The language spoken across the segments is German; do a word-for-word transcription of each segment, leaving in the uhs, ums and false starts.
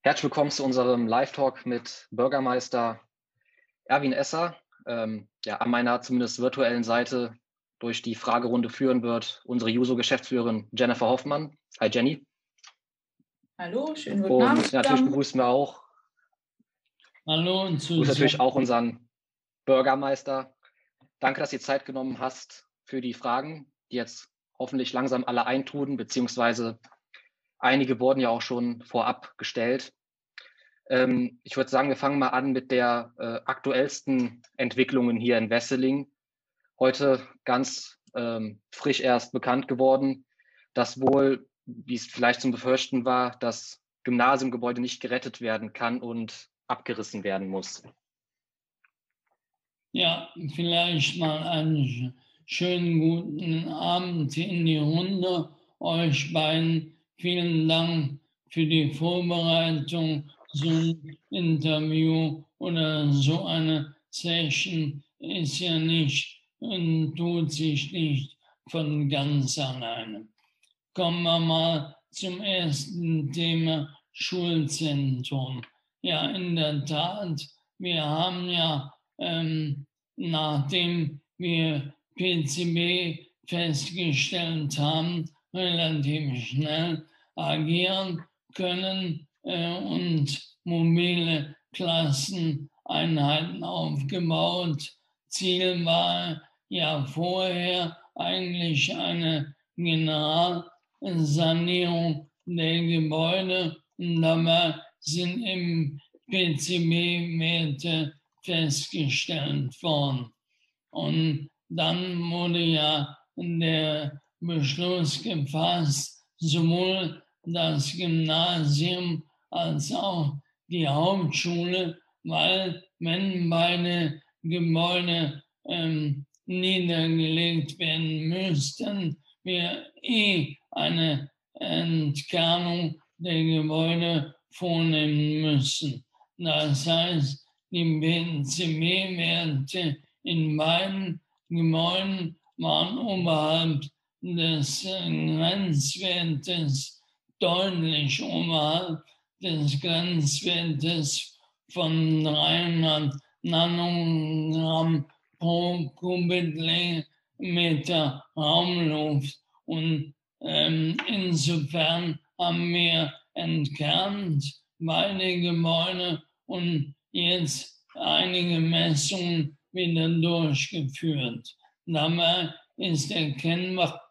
Herzlich willkommen zu unserem Live-Talk mit Bürgermeister Erwin Esser, ähm, ja, an meiner zumindest virtuellen Seite durch die Fragerunde führen wird unsere Juso-Geschäftsführerin Jennifer Hoffmann. Hi Jenny. Hallo, schönen guten Und Abend. natürlich begrüßen wir auch, Hallo und begrüßen natürlich auch unseren Bürgermeister. Danke, dass du dir Zeit genommen hast für die Fragen, die jetzt hoffentlich langsam alle eintrudeln, beziehungsweise einige wurden ja auch schon vorab gestellt. Ähm, ich würde sagen, wir fangen mal an mit der äh, aktuellsten Entwicklungen hier in Wesseling. Heute ganz ähm, frisch erst bekannt geworden, dass wohl, wie es vielleicht zum Befürchten war, das Gymnasiumgebäude nicht gerettet werden kann und abgerissen werden muss. Ja, vielleicht mal einen schönen guten Abend in die Runde. Euch beiden vielen Dank für die Vorbereitung. So ein Interview oder so eine Session ist ja nicht und tut sich nicht von ganz alleine. Kommen wir mal zum ersten Thema, Schulzentrum. Ja, in der Tat, wir haben ja, ähm, nachdem wir P C B festgestellt haben, relativ schnell agieren können äh, und mobile Klasseneinheiten aufgebaut. Ziel war ja vorher eigentlich eine Generalsanierung der Gebäude und dabei sind im P C B-Werte festgestellt worden. Und dann wurde ja der Beschluss gefasst, sowohl das Gymnasium als auch die Hauptschule, weil wenn beide Gebäude ähm, niedergelegt werden müssten, wir eh eine Entkernung der Gebäude vornehmen müssen. Das heißt, die P C B-Werte in beiden Gebäuden waren oberhalb des Grenzwertes, deutlich oberhalb des Grenzwertes von dreihundert Nanogramm pro Kubikmeter Raumluft. Und ähm, insofern haben wir entkernt beide Gebäude und jetzt einige Messungen wieder durchgeführt. Dabei ist erkennbar,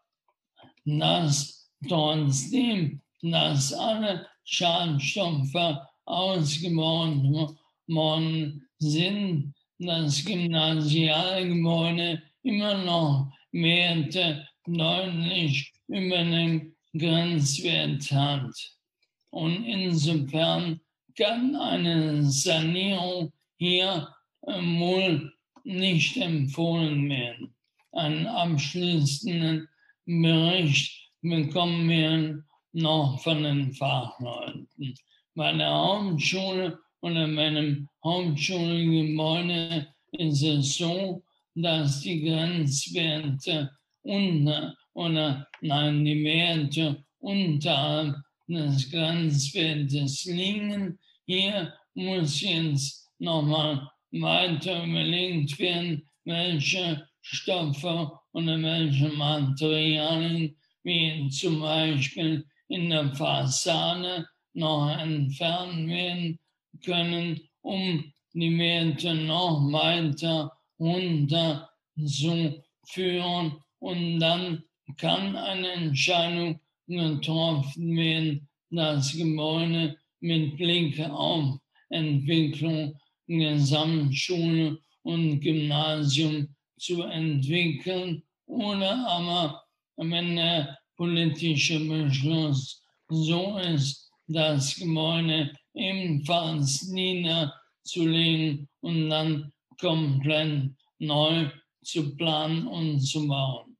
dass trotzdem, dass alle Schadstoffe ausgebaut worden sind, das Gymnasialgebäude immer noch Werte deutlich über dem Grenzwert hat. Und insofern kann eine Sanierung hier äh, wohl nicht empfohlen werden. Einen abschließenden Bericht bekommen wir noch von den Fachleuten. Bei der Hauptschule oder bei einem Hauptschulgebäude ist es so, dass die Grenzwerte unter oder nein, die Werte unterhalb des Grenzwertes liegen. Hier muss jetzt nochmal weiter überlegt werden, welche Stoffe oder welche Materialien wie zum Beispiel in der Fassade noch entfernt werden können, um die Werte noch weiter runter zu führen. Und dann kann eine Entscheidung getroffen werden, das Gebäude mit Blick auf Entwicklung, Gesamtschule und Gymnasium zu entwickeln. Oder aber, wenn der politische Beschluss so ist, das Gebäude ebenfalls niederzulegen und dann komplett neu zu planen und zu bauen.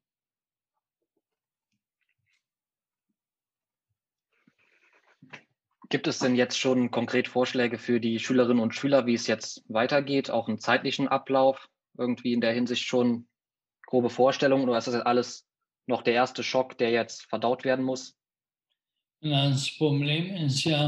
Gibt es denn jetzt schon konkret Vorschläge für die Schülerinnen und Schüler, wie es jetzt weitergeht, auch einen zeitlichen Ablauf, irgendwie in der Hinsicht schon grobe Vorstellungen, oder ist das jetzt alles noch der erste Schock, der jetzt verdaut werden muss? Das Problem ist ja,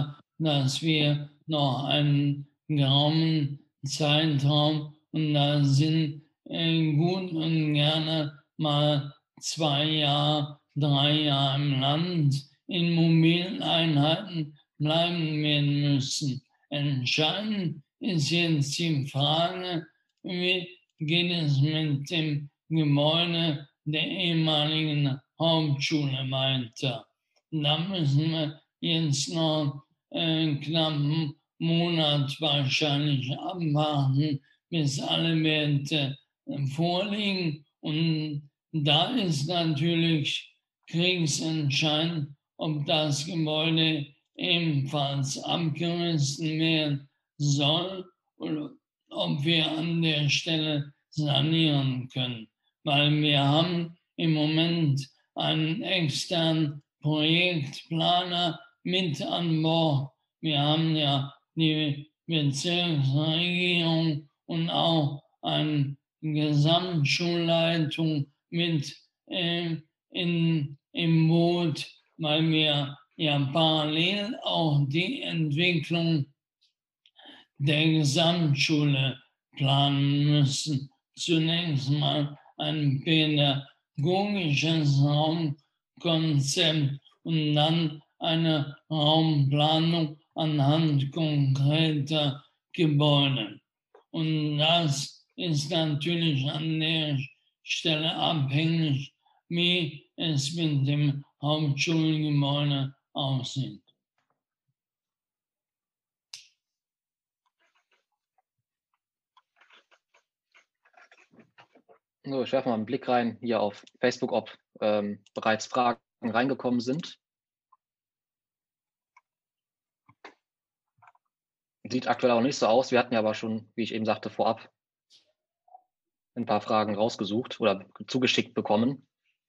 dass wir noch einen geraumen Zeitraum, und da sind äh, gut und gerne mal zwei Jahre, drei Jahre im Land in mobilen Einheiten bleiben werden müssen. Entscheidend ist jetzt die Frage, wie geht es mit dem Gebäude der ehemaligen Hauptschule weiter. Da müssen wir jetzt noch einen knappen Monat wahrscheinlich abwarten, bis alle Werte vorliegen. Und da ist natürlich kriegsentscheidend, ob das Gebäude ebenfalls abgerissen werden soll oder ob wir an der Stelle sanieren können. Weil wir haben im Moment einen externen Projektplaner mit an Bord. Wir haben ja die Bezirksregierung und auch eine Gesamtschulleitung mit äh, in, im Boot, weil wir ja parallel auch die Entwicklung der Gesamtschule planen müssen. Zunächst mal ein pädagogisches Raumkonzept und dann eine Raumplanung anhand konkreter Gebäude. Und das ist natürlich an der Stelle abhängig, wie es mit dem Hauptschulgebäude aussieht. So, ich werfe mal einen Blick rein hier auf Facebook, ob ähm, bereits Fragen reingekommen sind. Sieht aktuell auch nicht so aus. Wir hatten ja aber schon, wie ich eben sagte, vorab ein paar Fragen rausgesucht oder zugeschickt bekommen.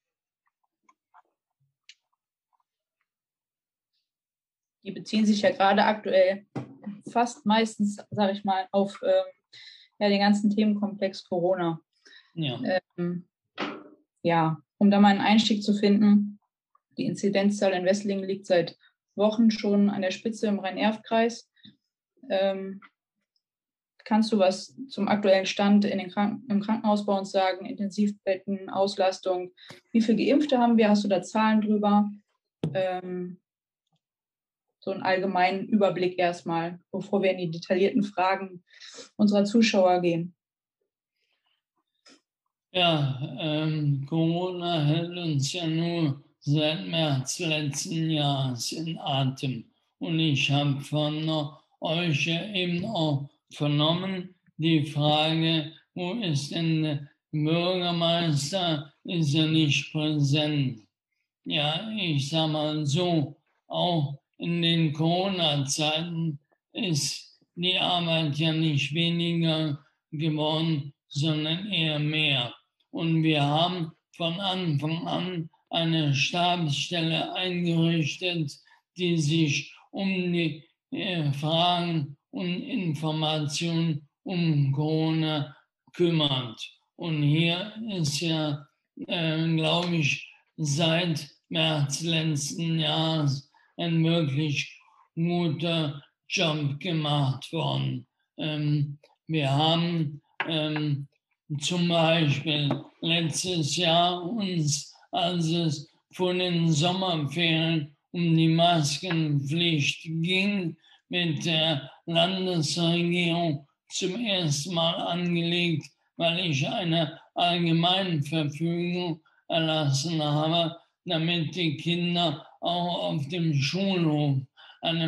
Die beziehen sich ja gerade aktuell fast meistens, sage ich mal, auf ähm, ja, den ganzen Themenkomplex Corona. Ja. Ähm, ja, um da mal einen Einstieg zu finden, die Inzidenzzahl in Wesslingen liegt seit Wochen schon an der Spitze im Rhein-Erft-Kreis. Ähm, kannst du was zum aktuellen Stand in den Kranken- im Krankenhaus bei uns sagen? Intensivbetten, Auslastung, wie viele Geimpfte haben wir? Hast du da Zahlen drüber? Ähm, so einen allgemeinen Überblick erstmal, bevor wir in die detaillierten Fragen unserer Zuschauer gehen. Ja, ähm, Corona hält uns ja nur seit März letzten Jahres in Atem. Und ich habe von euch ja eben auch vernommen, die Frage, wo ist denn der Bürgermeister, ist er nicht präsent? Ja, ich sag mal so, auch in den Corona-Zeiten ist die Arbeit ja nicht weniger geworden, sondern eher mehr. Und wir haben von Anfang an eine Stabsstelle eingerichtet, die sich um die äh, Fragen und Informationen um Corona kümmert. Und hier ist ja, äh, glaube ich, seit März letzten Jahres ein wirklich guter Job gemacht worden. Ähm, wir haben ähm, zum Beispiel letztes Jahr uns, als es vor den Sommerferien um die Maskenpflicht ging, mit der Landesregierung zum ersten Mal angelegt, weil ich eine Allgemeinverfügung erlassen habe, damit die Kinder auch auf dem Schulhof eine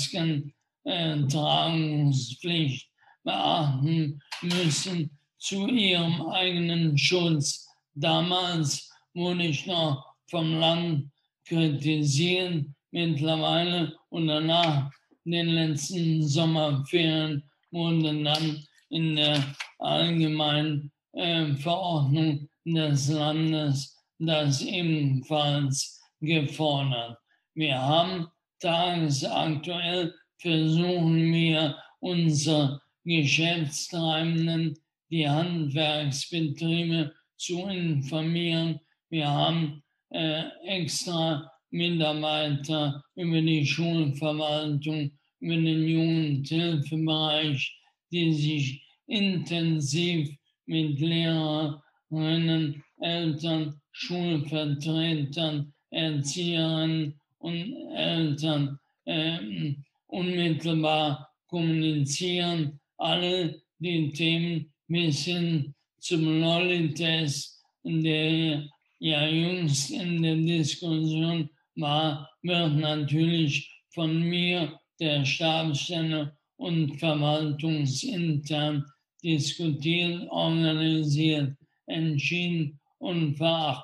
Maskentragungspflicht beachten müssen zu ihrem eigenen Schutz. Damals wurde ich noch vom Land kritisiert, mittlerweile und danach in den letzten Sommerferien wurde dann in der allgemeinen äh, Verordnung des Landes das ebenfalls gefordert. Wir haben tagesaktuell versuchen wir unsere Geschäftstreibenden, die Handwerksbetriebe zu informieren. Wir haben äh, extra Mitarbeiter über die Schulverwaltung, über den Jugendhilfebereich, die sich intensiv mit Lehrerinnen, Eltern, Schulvertretern, Erzieherinnen und Eltern äh, unmittelbar kommunizieren. Alle die Themen bis hin zum Lolli-Test, der ja jüngst in der Diskussion war, wird natürlich von mir, der Stabsstelle und verwaltungsintern diskutiert, organisiert, entschieden und ver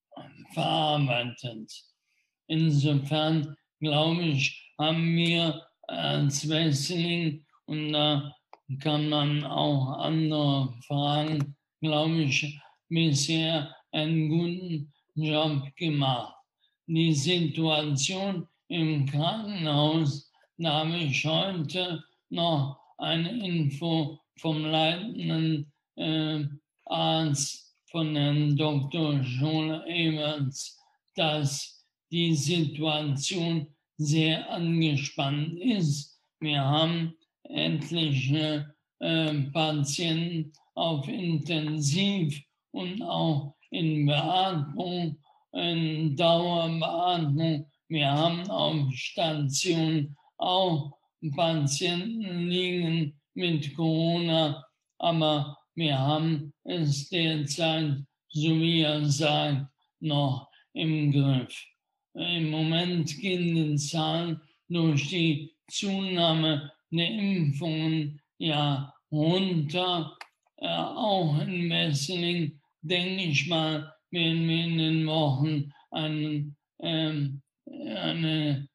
verarbeitet. Insofern, glaube ich, haben wir als Wesseling, und da kann man auch andere fragen, glaube ich, bisher einen guten Job gemacht. Die Situation im Krankenhaus, da habe ich heute noch eine Info vom leitenden äh, Arzt von Herrn Doktor Scholl-Ewerts, dass die Situation sehr angespannt ist. Wir haben etliche äh, Patienten auf Intensiv und auch in Beatmung, in Dauerbeatmung. Wir haben auf Station auch Patienten liegen mit Corona, aber wir haben es derzeit, so wie er sagt, noch im Griff. Im Moment gehen die Zahlen durch die Zunahme der Impfungen ja runter. Äh, auch in Wesseling, denke ich mal, werden wir in den Wochen einen, ähm, eine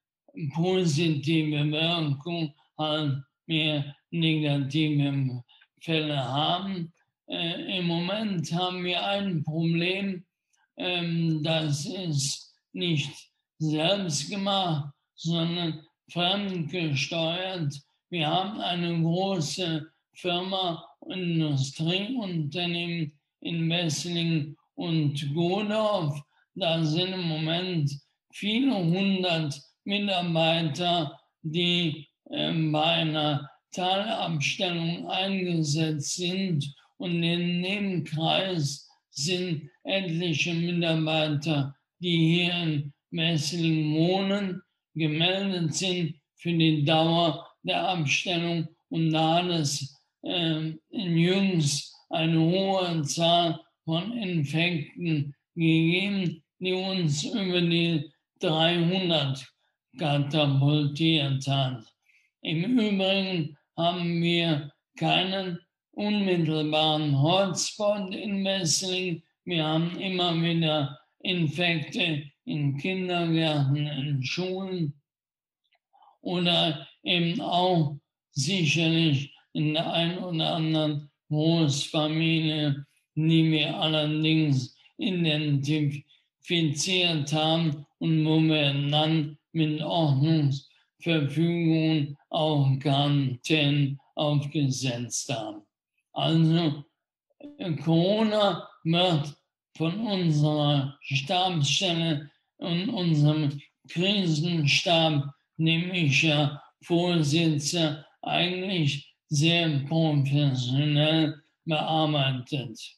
positive Wirkung, halt mehr negative Fälle haben. Äh, Im Moment haben wir ein Problem, ähm, das ist nicht selbst gemacht, sondern fremdgesteuert. Wir haben eine große Firma, Industrieunternehmen in Wesseling und Godorf. Da sind im Moment viele hundert Mitarbeiter, die äh, bei einer Teilabstellung eingesetzt sind. Und in dem Kreis sind etliche Mitarbeiter, die hier in Wesseling wohnen, gemeldet sind für die Dauer der Abstellung. Und da hat es äh, jüngst eine hohe Zahl von Infekten gegeben, die uns über die dreihundert katapultiert hat. Im Übrigen haben wir keinen unmittelbaren Hotspot in Wesseling. Wir haben immer wieder Infekte in Kindergärten, in Schulen oder eben auch sicherlich in der einen oder anderen Großfamilie, die wir allerdings identifiziert haben und wo wir dann mit Ordnungsverfügungen auch Quarantäne aufgesetzt haben. Also Corona wird von unserer Stabsstelle und unserem Krisenstab, dem ich ja vorsitze, eigentlich sehr professionell bearbeitet.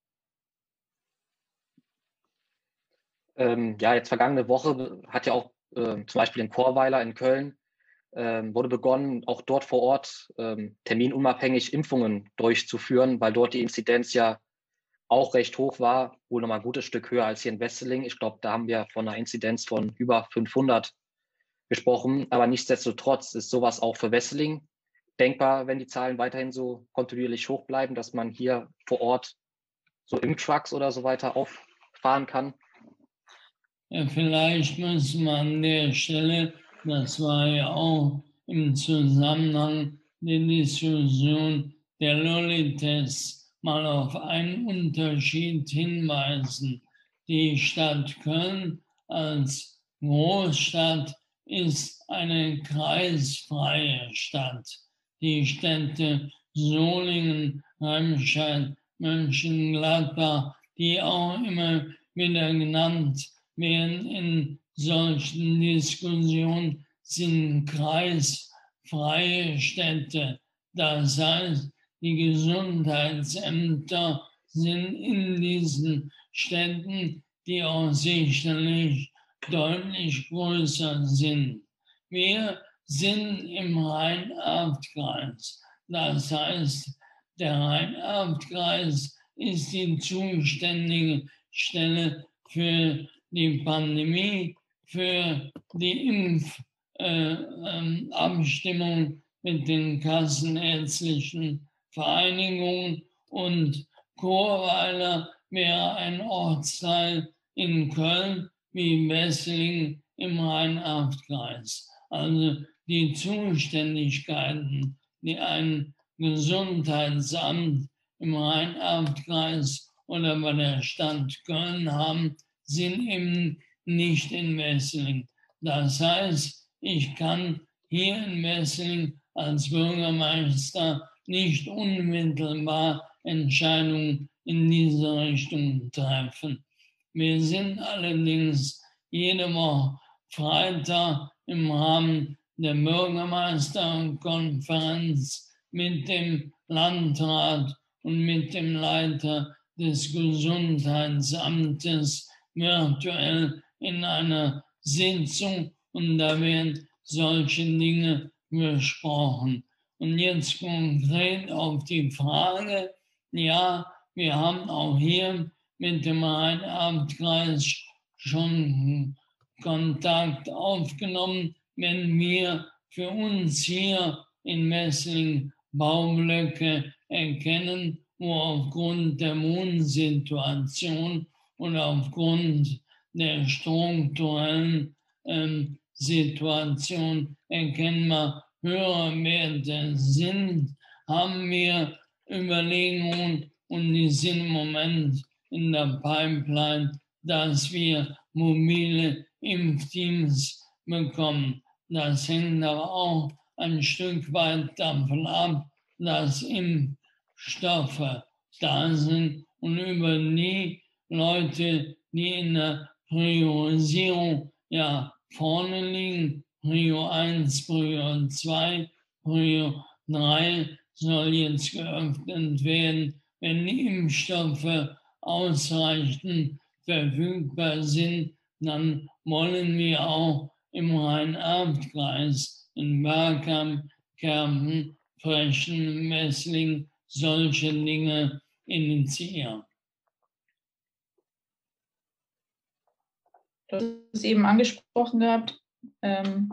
Ähm, ja, jetzt vergangene Woche hat ja auch äh, zum Beispiel in Chorweiler in Köln ähm, wurde begonnen, auch dort vor Ort ähm, terminunabhängig Impfungen durchzuführen, weil dort die Inzidenz ja auch recht hoch war, wohl noch mal ein gutes Stück höher als hier in Wesseling. Ich glaube, da haben wir von einer Inzidenz von über fünfhundert gesprochen. Aber nichtsdestotrotz ist sowas auch für Wesseling denkbar, wenn die Zahlen weiterhin so kontinuierlich hoch bleiben, dass man hier vor Ort so Impftrucks oder so weiter auffahren kann. Ja, vielleicht muss man an der Stelle, das war ja auch im Zusammenhang der Diskussion der Lolli-Tests, mal auf einen Unterschied hinweisen. Die Stadt Köln als Großstadt ist eine kreisfreie Stadt. Die Städte Solingen, Remscheid, Mönchengladbach, die auch immer wieder genannt werden in solchen Diskussionen, sind kreisfrei. freie Städte. Das heißt, die Gesundheitsämter sind in diesen Städten, die auch sicherlich deutlich größer sind. Wir sind im Rhein-Erft-Kreis. Das heißt, der Rhein-Erft-Kreis ist die zuständige Stelle für die Pandemie, für die Impfabstimmung äh, ähm, mit den kassenärztlichen Vereinigungen, und Chorweiler wäre ein Ortsteil in Köln wie Wesseling im Rhein-Erft-Kreis. Also die Zuständigkeiten, die ein Gesundheitsamt im Rhein-Erft-Kreis oder bei der Stadt Köln haben, sind eben nicht in Wesseling. Das heißt, ich kann hier in Wesseling als Bürgermeister nicht unmittelbar Entscheidungen in diese Richtung treffen. Wir sind allerdings jede Woche Freitag im Rahmen der Bürgermeisterkonferenz mit dem Landrat und mit dem Leiter des Gesundheitsamtes virtuell in einer Sitzung, und da werden solche Dinge besprochen. Und jetzt konkret auf die Frage, ja, wir haben auch hier mit dem Rhein-Erft-Kreis schon Kontakt aufgenommen, wenn wir für uns hier in Wesseling Baublöcke erkennen, wo aufgrund der Wohnsituation und aufgrund der strukturellen ähm, Situation erkennbar höhere Werte sind, haben wir Überlegungen, und die sind im Moment in der Pipeline, dass wir mobile Impfteams bekommen. Das hängt aber auch ein Stück weit davon ab, dass Impfstoffe da sind und über die Leute, die in der Priorisierung ja vorne liegen, Prio eins, Prio zwei, Prio drei soll jetzt geöffnet werden, wenn die Impfstoffe ausreichend verfügbar sind. Dann wollen wir auch im Rhein-Erft-Kreis, in Bergkamp, Kärnten, Frechen, Wesseling solche Dinge initiieren. Du hast es eben angesprochen gehabt. Ähm,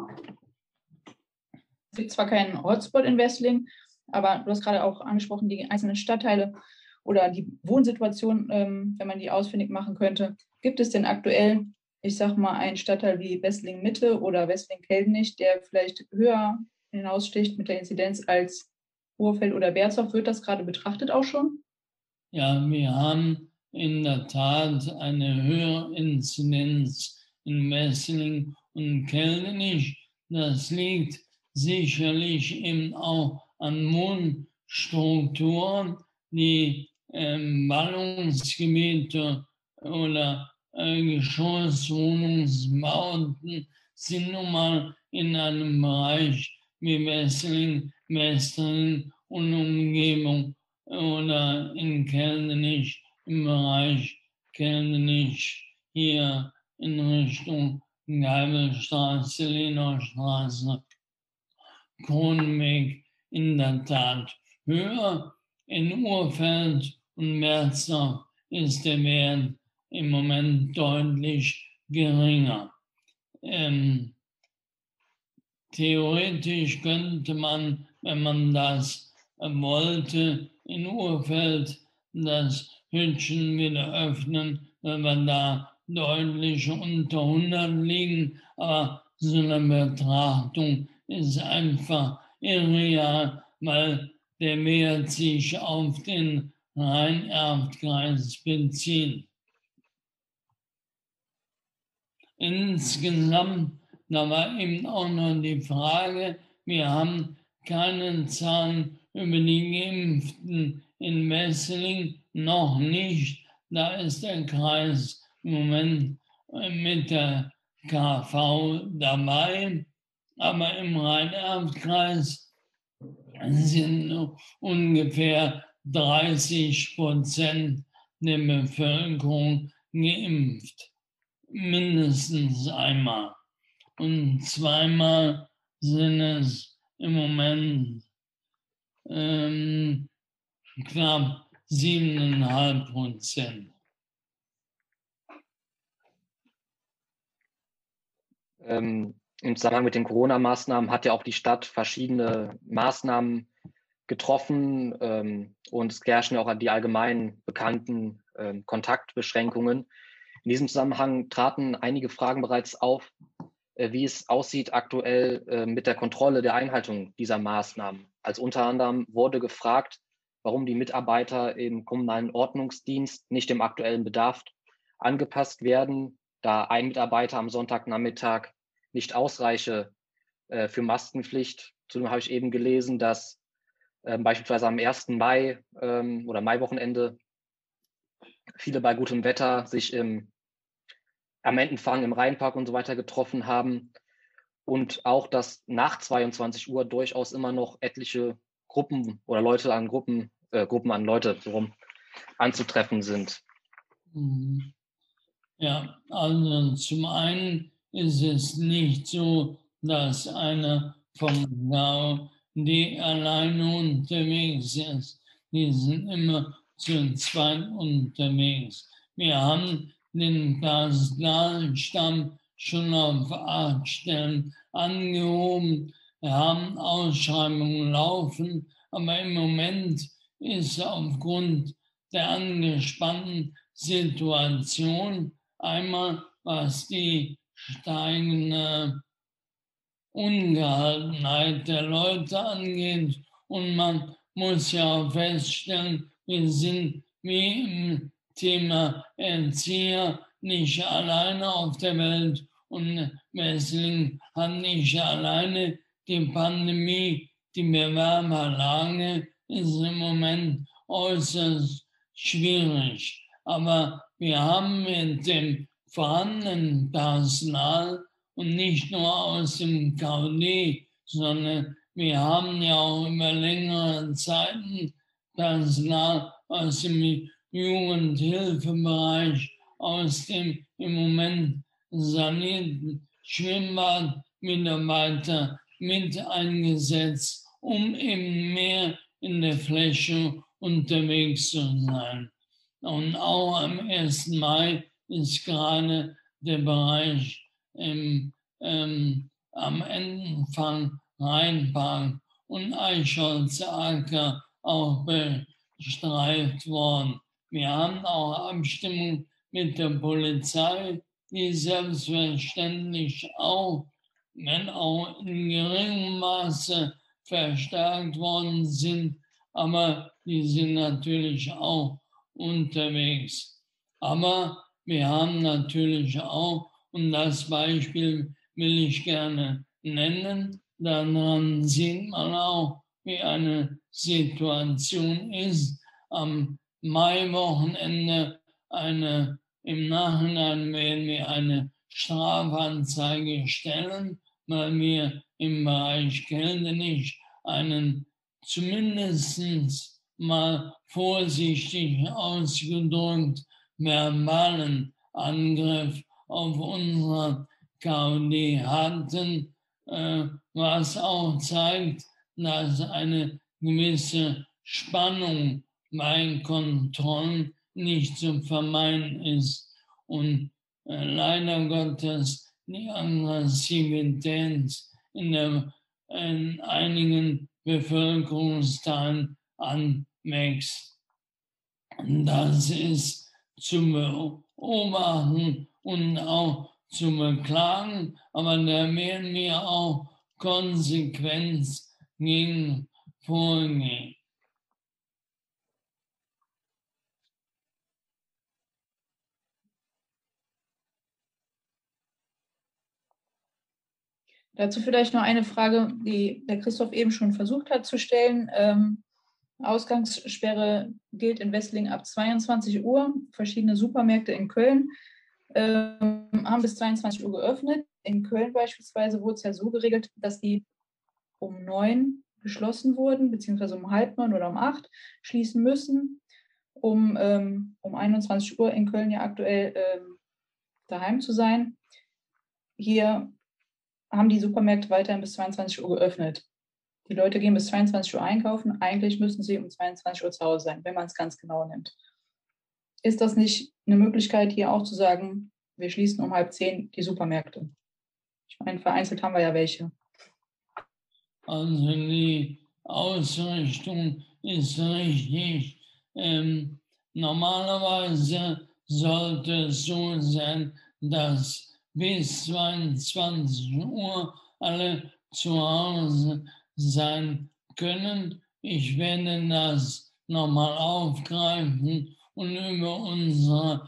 es gibt zwar keinen Hotspot in Wesseling, aber du hast gerade auch angesprochen, die einzelnen Stadtteile oder die Wohnsituation, ähm, wenn man die ausfindig machen könnte. Gibt es denn aktuell, ich sag mal, einen Stadtteil wie Wesseling Mitte oder Wesseling-Keldenich, der vielleicht höher hinaussticht mit der Inzidenz als Urfeld oder Berzhof? Wird das gerade betrachtet auch schon? Ja, wir haben in der Tat eine höhere Inzidenz in Wesseling und Keldenich. Das liegt sicherlich eben auch an Wohnstrukturen, die ähm, Ballungsgebiete oder äh, Geschosswohnungsbauten sind nun mal in einem Bereich wie Wesseling, Wesseling und Umgebung oder in Keldenich im Bereich Keldenich hier in Richtung Geibelstraße, Lenaustraße, Kronweg in der Tat höher. In Urfeld und Merzau ist der Wert im Moment deutlich geringer. Ähm, theoretisch könnte man, wenn man das wollte, in Urfeld das Hütchen wieder öffnen, weil wir da deutlich unter hundert liegen. Aber so eine Betrachtung ist einfach irreal, weil der Wert sich auf den Rhein-Erft-Kreis bezieht. Insgesamt, da war eben auch noch die Frage, wir haben keine Zahlen über die Geimpften in Wesseling, noch nicht. Da ist der Kreis im Moment mit der K V dabei. aber im Rhein-Erft-Kreis sind nur ungefähr dreißig Prozent der Bevölkerung geimpft. Mindestens einmal. Und zweimal sind es im Moment ähm, knapp siebeneinhalb Prozent. Ähm, Im Zusammenhang mit den Corona-Maßnahmen hat ja auch die Stadt verschiedene Maßnahmen getroffen ähm, und es herrschen ja auch die allgemein bekannten ähm, Kontaktbeschränkungen. In diesem Zusammenhang traten einige Fragen bereits auf, äh, wie es aussieht aktuell äh, mit der Kontrolle der Einhaltung dieser Maßnahmen. Also unter anderem wurde gefragt, warum die Mitarbeiter im kommunalen Ordnungsdienst nicht dem aktuellen Bedarf angepasst werden, da ein Mitarbeiter am Sonntagnachmittag nicht ausreiche äh, für Maskenpflicht. Zudem habe ich eben gelesen, dass äh, beispielsweise am ersten Mai ähm, oder Maiwochenende viele bei gutem Wetter sich im, am Entenfang im Rheinpark und so weiter getroffen haben. Und auch, dass nach zweiundzwanzig Uhr durchaus immer noch etliche Gruppen oder Leute an Gruppen, äh, Gruppen an Leute so rum anzutreffen sind. Ja, also zum einen ist es nicht so, dass einer vom Gau die alleine unterwegs ist. Die sind immer zu zweit unterwegs. Wir haben den Personalstamm schon auf acht Stellen angehoben. Wir haben Ausschreibungen laufen, aber im Moment ist aufgrund der angespannten Situation einmal, was die steigende Ungehaltenheit der Leute angeht. Und man muss ja auch feststellen, wir sind wie im Thema Erzieher nicht alleine auf der Welt. Und Wesseling hat nicht alleine die Pandemie. Die Bewerberlage ist im Moment äußerst schwierig. Aber wir haben mit dem vorhandenen Personal und nicht nur aus dem K D, sondern wir haben ja auch über längere Zeiten Personal aus dem Jugendhilfebereich, aus dem im Moment sanierten Schwimmbad Mitarbeiter mit eingesetzt, um eben mehr in der Fläche unterwegs zu sein. Und auch am ersten Mai ist gerade der Bereich im, ähm, am Entenfang, Rheinpark und Eichholzer auch bestreift worden. Wir haben auch Abstimmung mit der Polizei, die selbstverständlich auch, wenn auch in geringem Maße verstärkt worden sind, aber die sind natürlich auch unterwegs. Aber wir haben natürlich auch, und das Beispiel will ich gerne nennen, daran sieht man auch, wie eine Situation ist. Am Maiwochenende eine, im Nachhinein werden wir eine Strafanzeige stellen, weil wir im Bereich Kälte nicht einen zumindest mal vorsichtig ausgedrückt verbalen Angriff auf unsere K D hatten, äh, was auch zeigt, dass eine gewisse Spannung bei Kontrollen nicht zu vermeiden ist und äh, leider Gottes die Aggressivität in, der, in einigen Bevölkerungsteilen anwächst. Das ist zu beobachten und auch zu beklagen, aber da werden wir auch konsequent gegen vorgehen. Dazu vielleicht noch eine Frage, die der Christoph eben schon versucht hat zu stellen. Ähm, Ausgangssperre gilt in Wesseling ab zweiundzwanzig Uhr, verschiedene Supermärkte in Köln ähm, haben bis zweiundzwanzig Uhr geöffnet. In Köln beispielsweise wurde es ja so geregelt, dass die um neun geschlossen wurden, beziehungsweise um halb neun oder um acht schließen müssen, um ähm, um einundzwanzig Uhr in Köln ja aktuell ähm, daheim zu sein. Hier haben die Supermärkte weiterhin bis zweiundzwanzig Uhr geöffnet. Die Leute gehen bis zweiundzwanzig Uhr einkaufen. Eigentlich müssen sie um zweiundzwanzig Uhr zu Hause sein, wenn man es ganz genau nimmt. Ist das nicht eine Möglichkeit, hier auch zu sagen, wir schließen um halb zehn die Supermärkte? Ich meine, vereinzelt haben wir ja welche. Also die Ausrichtung ist richtig. Ähm, normalerweise sollte es so sein, dass bis zweiundzwanzig Uhr alle zu Hause sein können. Ich werde das nochmal aufgreifen und über unsere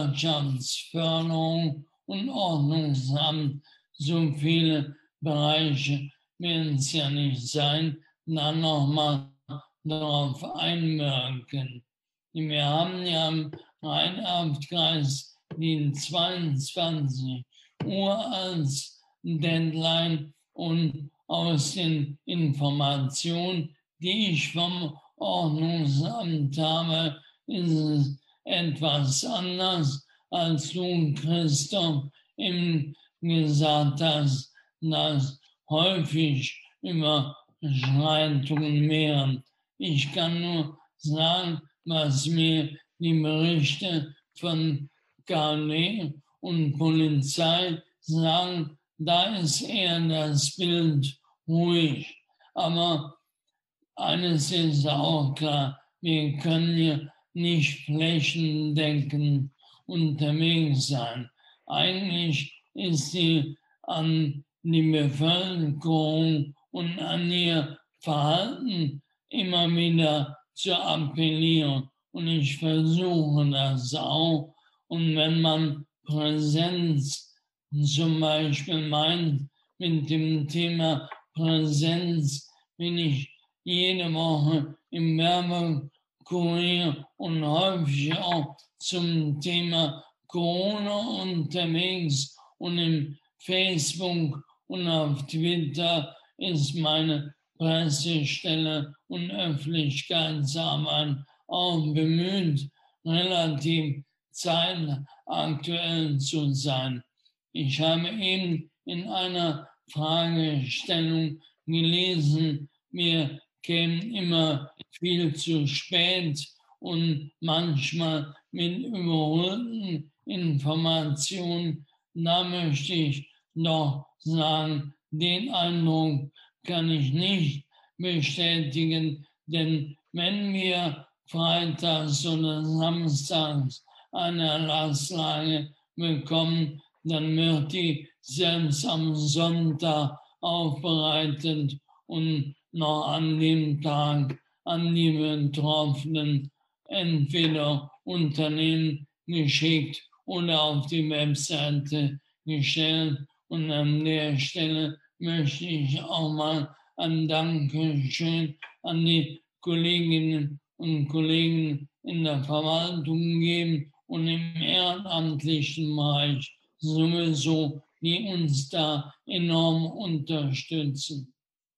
Wirtschaftsförderung und Ordnungsamt so viele Bereiche werden es ja nicht sein, dann nochmal darauf einwirken. Wir haben ja im Rhein-Erft-Kreis die zweiundzwanzig Uhr als Deadline und aus den Informationen, die ich vom Ordnungsamt habe, ist es etwas anders, als du, Christoph, eben gesagt hast, dass häufig Überschreitungen wären. Ich kann nur sagen, was mir die Berichte von K D und Polizei sagen, da ist eher das Bild ruhig. Aber eines ist auch klar, wir können hier nicht flächendeckend unterwegs sein. Eigentlich ist die an die Bevölkerung und an ihr Verhalten immer wieder zu appellieren. Und ich versuche das auch. Und wenn man Präsenz zum Beispiel meint, mit dem Thema Präsenz bin ich jede Woche im Werbekurier und häufig auch zum Thema Corona unterwegs und im Facebook und auf Twitter ist meine Pressestelle und Öffentlichkeitsarbeit auch bemüht, relativ zeitaktuell zu sein. Ich habe eben in einer Fragestellung gelesen, wir kämen immer viel zu spät und manchmal mit überholten Informationen. Da möchte ich noch sagen, den Eindruck kann ich nicht bestätigen, denn wenn wir freitags oder samstags eine Erlasslage bekommen, dann wird die selbst am Sonntag aufbereitet und noch an dem Tag an die Betroffenen entweder Unternehmen geschickt oder auf die Webseite gestellt. Und an der Stelle möchte ich auch mal ein Dankeschön an die Kolleginnen und Kollegen in der Verwaltung geben und im ehrenamtlichen Bereich sowieso, die uns da enorm unterstützen.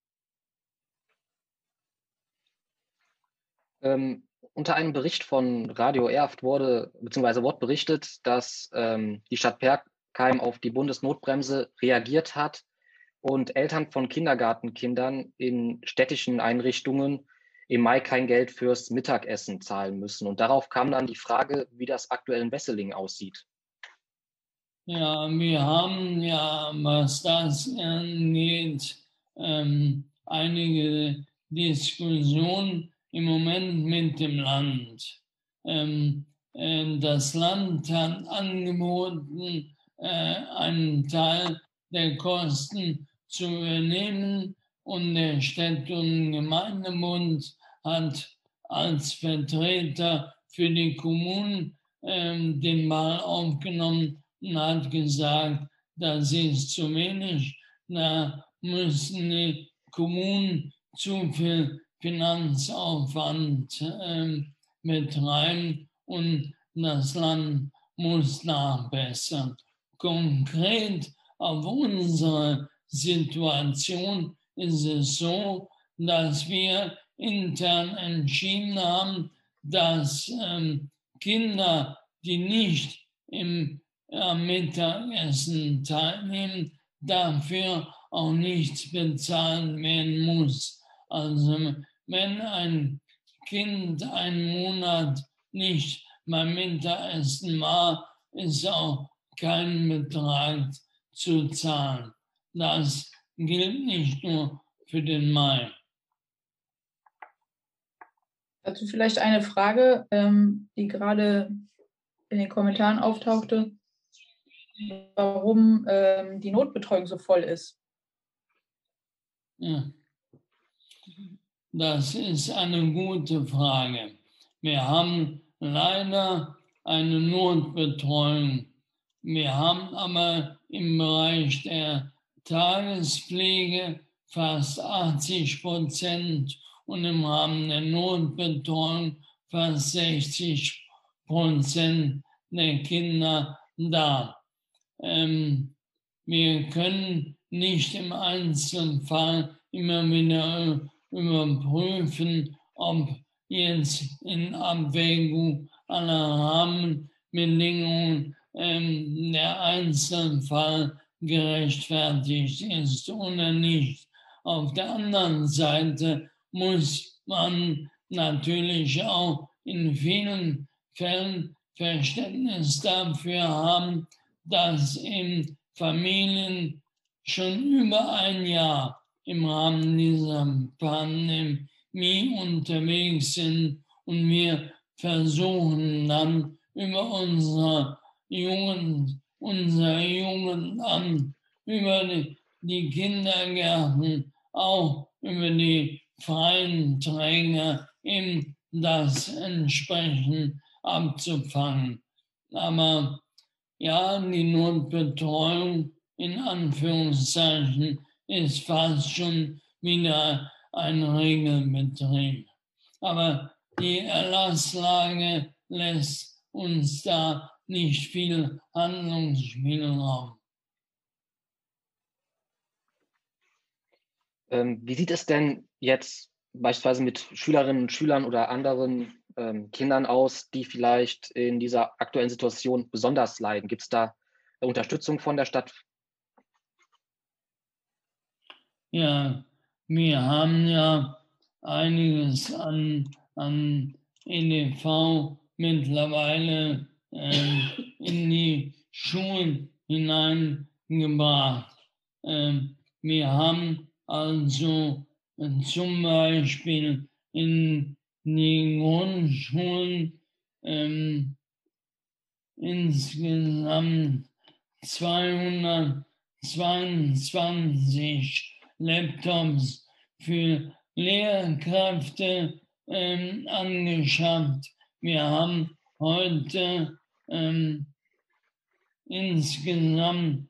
Ähm, unter einem Bericht von Radio Erft wurde, beziehungsweise wurde berichtet, dass ähm, die Stadt Bergheim auf die Bundesnotbremse reagiert hat und Eltern von Kindergartenkindern in städtischen Einrichtungen im Mai kein Geld fürs Mittagessen zahlen müssen. Und darauf kam dann die Frage, wie das aktuell in Wesseling aussieht. Ja, wir haben ja, was das angeht, ähm, einige Diskussionen im Moment mit dem Land. Ähm, äh, das Land hat angeboten, äh, einen Teil der Kosten zu übernehmen und der Städte- und Gemeindebund hat als Vertreter für die Kommunen ähm, den Ball aufgenommen und hat gesagt, das ist zu wenig, da müssen die Kommunen zu viel Finanzaufwand ähm, betreiben und das Land muss nachbessern. Konkret auf unsere Situation ist es so, dass wir intern entschieden haben, dass ähm, Kinder, die nicht im äh, Mittagessen teilnehmen, dafür auch nichts bezahlt werden muss. Also wenn ein Kind einen Monat nicht beim Mittagessen war, ist auch kein Betrag zu zahlen. Das gilt nicht nur für den Mai. Dazu vielleicht eine Frage, ähm, die gerade in den Kommentaren auftauchte, warum ähm, die Notbetreuung so voll ist. Ja. Das ist eine gute Frage. Wir haben leider eine Notbetreuung. Wir haben aber im Bereich der Tagespflege fast achtzig Prozent und im Rahmen der Notbetreuung fast sechzig Prozent der Kinder da. Ähm, wir können nicht im Einzelfall immer wieder überprüfen, ob jetzt in Abwägung aller Rahmenbedingungen ähm, der Einzelfall gerechtfertigt ist oder nicht. Auf der anderen Seite muss man natürlich auch in vielen Fällen Verständnis dafür haben, dass in Familien schon über ein Jahr im Rahmen dieser Pandemie unterwegs sind und wir versuchen dann über unsere Jugend, unser Jugendamt, über die, die Kindergärten, auch über die freien Träger eben das entsprechend abzufangen. Aber ja, die Notbetreuung in Anführungszeichen ist fast schon wieder ein Regelbetrieb. Aber die Erlasslage lässt uns da nicht viel Handlungsspielraum. Ähm, wie sieht es denn jetzt beispielsweise mit Schülerinnen und Schülern oder anderen ähm, Kindern aus, die vielleicht in dieser aktuellen Situation besonders leiden? Gibt es da Unterstützung von der Stadt? Ja, wir haben ja einiges an, an E D V mittlerweile äh, in die Schulen hineingebracht. Äh, wir haben also äh, zum Beispiel in die Grundschulen äh, insgesamt zweihundertzweiundzwanzig Laptops für Lehrkräfte ähm, angeschafft. Wir haben heute ähm, insgesamt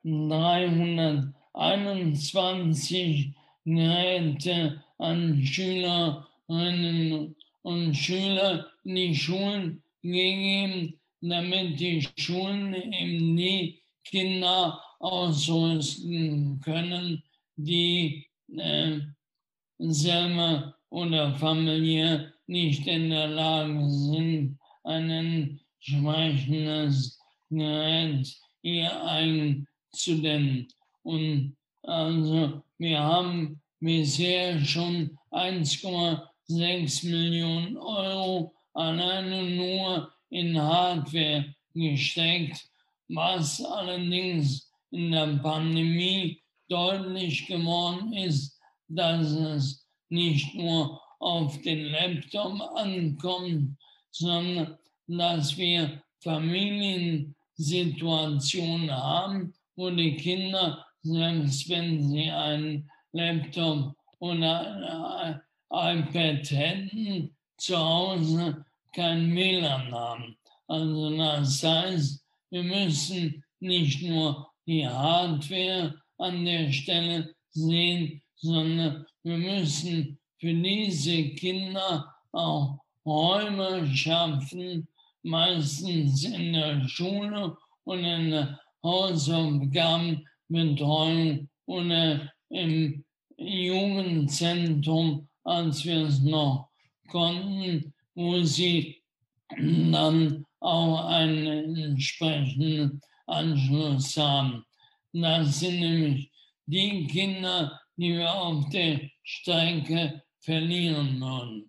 dreihunderteinundzwanzig Geräte an Schülerinnen und Schüler in die Schulen gegeben, damit die Schulen eben die Kinder ausrüsten können, die äh, selber oder familiär nicht in der Lage sind, ein entsprechendes Gerät ihr eigen zu dämmen. Und also wir haben bisher schon eins Komma sechs Millionen Euro alleine nur in Hardware gesteckt, was allerdings in der Pandemie deutlich geworden ist, dass es nicht nur auf den Laptop ankommt, sondern dass wir Familiensituationen haben, wo die Kinder, selbst wenn sie einen Laptop oder ein iPad hätten, zu Hause kein W L A N haben. Also das heißt, wir müssen nicht nur die Hardware an der Stelle sehen, sondern wir müssen für diese Kinder auch Räume schaffen, meistens in der Schule und in der Hausaufgabenbetreuung oder im Jugendzentrum, als wir es noch konnten, wo sie dann auch einen entsprechenden Anschluss haben. Das sind nämlich die Kinder, die wir auf der Strecke verlieren würden.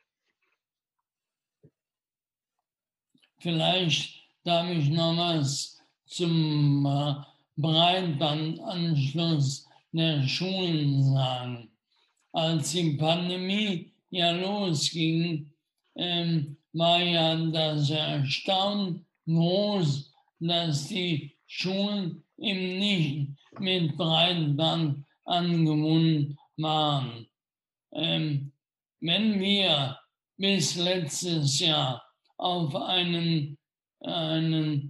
Vielleicht darf ich noch was zum äh, Breitbandanschluss der Schulen sagen. Als die Pandemie ja losging, ähm, war ja das Erstaunen groß, dass die Schulen eben nicht mit Breitband angebunden waren. Ähm, wenn wir bis letztes Jahr auf einen, einen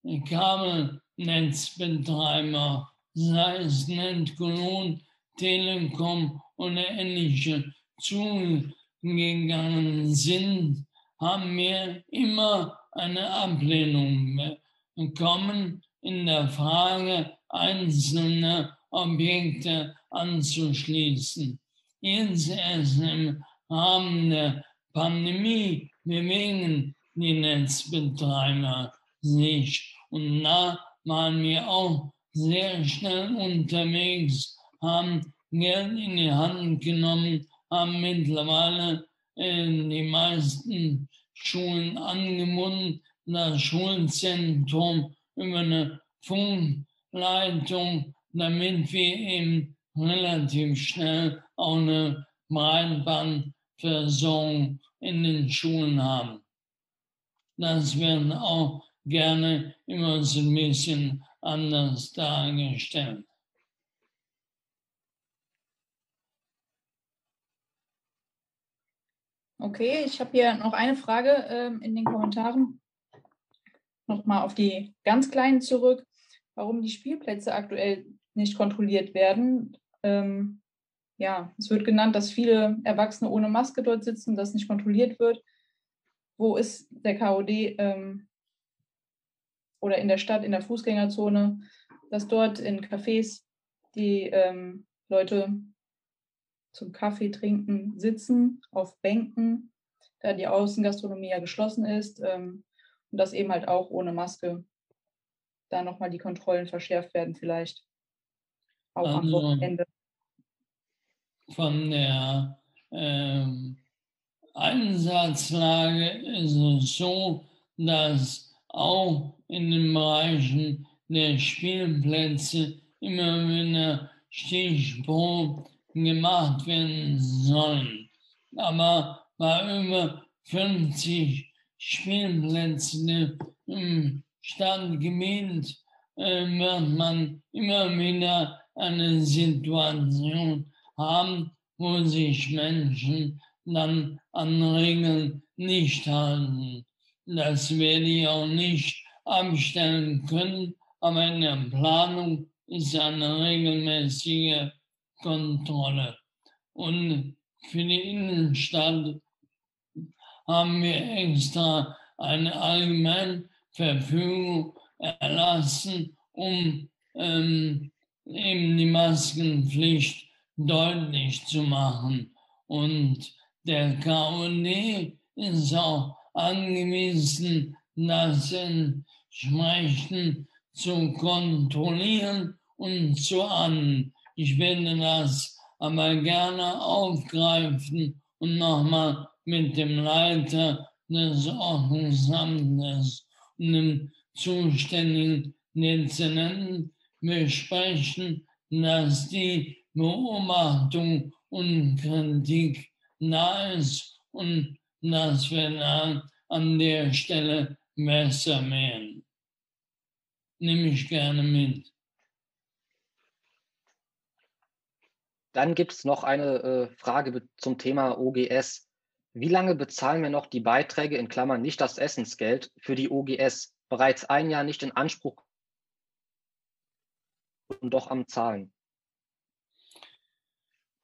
Kabelnetzbetreiber, sei es NetCologne, Telekom oder ähnliche, zugegangen sind, haben wir immer eine Ablehnung bekommen, in der Frage einzelne Objekte anzuschließen. Jetzt erst im Rahmen der Pandemie bewegen die Netzbetreiber sich. Und da waren wir auch sehr schnell unterwegs, haben Geld in die Hand genommen, haben mittlerweile äh, die meisten Schulen angebunden, das Schulzentrum über eine Funkleitung, damit wir eben relativ schnell auch eine Breitbandversorgung in den Schulen haben. Das wird auch gerne immer so ein bisschen anders dargestellt. Okay, ich habe hier noch eine Frage ähm, in den Kommentaren. Nochmal auf die ganz Kleinen zurück. Warum die Spielplätze aktuell nicht kontrolliert werden. Ähm, ja, es wird genannt, dass viele Erwachsene ohne Maske dort sitzen, das nicht kontrolliert wird. Wo ist der K O D ähm, oder in der Stadt, in der Fußgängerzone, dass dort in Cafés die ähm, Leute zum Kaffee trinken sitzen, auf Bänken, da die Außengastronomie ja geschlossen ist ähm, und dass eben halt auch ohne Maske da nochmal die Kontrollen verschärft werden vielleicht, auch also am Wochenende. Von der ähm, Einsatzlage ist es so, dass auch in den Bereichen der Spielplätze immer wieder Stichproben gemacht werden sollen. Aber bei über fünfzig Spielplätzen im Stadtgebiet äh, wird man immer wieder eine Situation haben, wo sich Menschen dann an Regeln nicht halten. Das werde ich auch nicht abstellen können, aber in der Planung ist eine regelmäßige Kontrolle. Und für die Innenstadt haben wir extra eine Allgemeinverfügung erlassen, um ähm, eben die Maskenpflicht deutlich zu machen. Und der K O D ist auch angewiesen, das entsprechend zu kontrollieren und zu ahnden. Ich werde das aber gerne aufgreifen und nochmal mit dem Leiter des Ordnungsamtes und dem zuständigen Dezernenten besprechen, dass die Beobachtung und Kritik da ist und dass wir dann an der Stelle besser werden. Nehme ich gerne mit. Dann gibt es noch eine äh, Frage zum Thema O G S. Wie lange bezahlen wir noch die Beiträge, in Klammern nicht das Essensgeld, für die O G S? Bereits ein Jahr nicht in Anspruch und doch am Zahlen.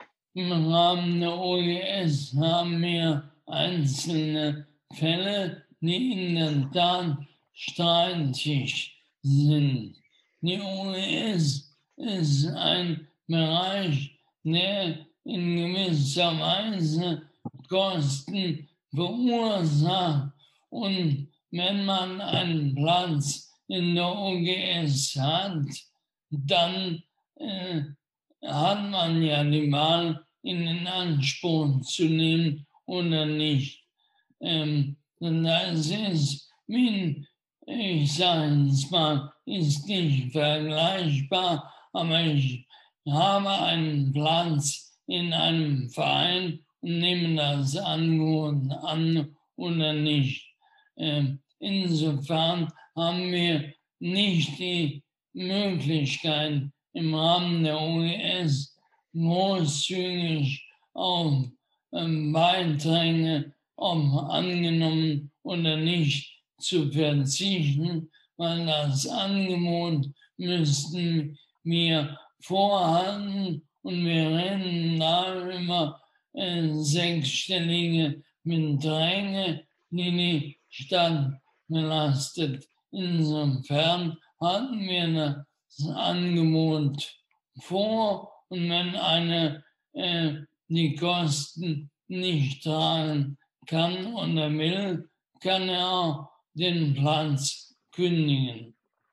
Im Rahmen der O G S haben wir einzelne Fälle, die in der Tat streitig sind. Die O E S ist ein Bereich, der in gewisser Weise Kosten verursacht. Und wenn man einen Platz in der O G S hat, dann äh, hat man ja die Wahl, ihn in Anspruch zu nehmen oder nicht. Ähm, das ist, wie, ich sage es mal, ist nicht vergleichbar, aber ich habe einen Platz in einem Verein und nehme das Angebot an oder nicht. Ähm, insofern haben wir nicht die Möglichkeit, im Rahmen der O E S großzügig auf ähm, Beiträge, ob angenommen oder nicht, zu verzichten, weil das Angebot müssten wir vorhalten und wir reden da über äh, sechsstellige Beträge, die die Stadt belastet. Insofern hatten wir das Angebot vor und wenn einer äh, die Kosten nicht tragen kann oder will, kann er auch den Platz kündigen.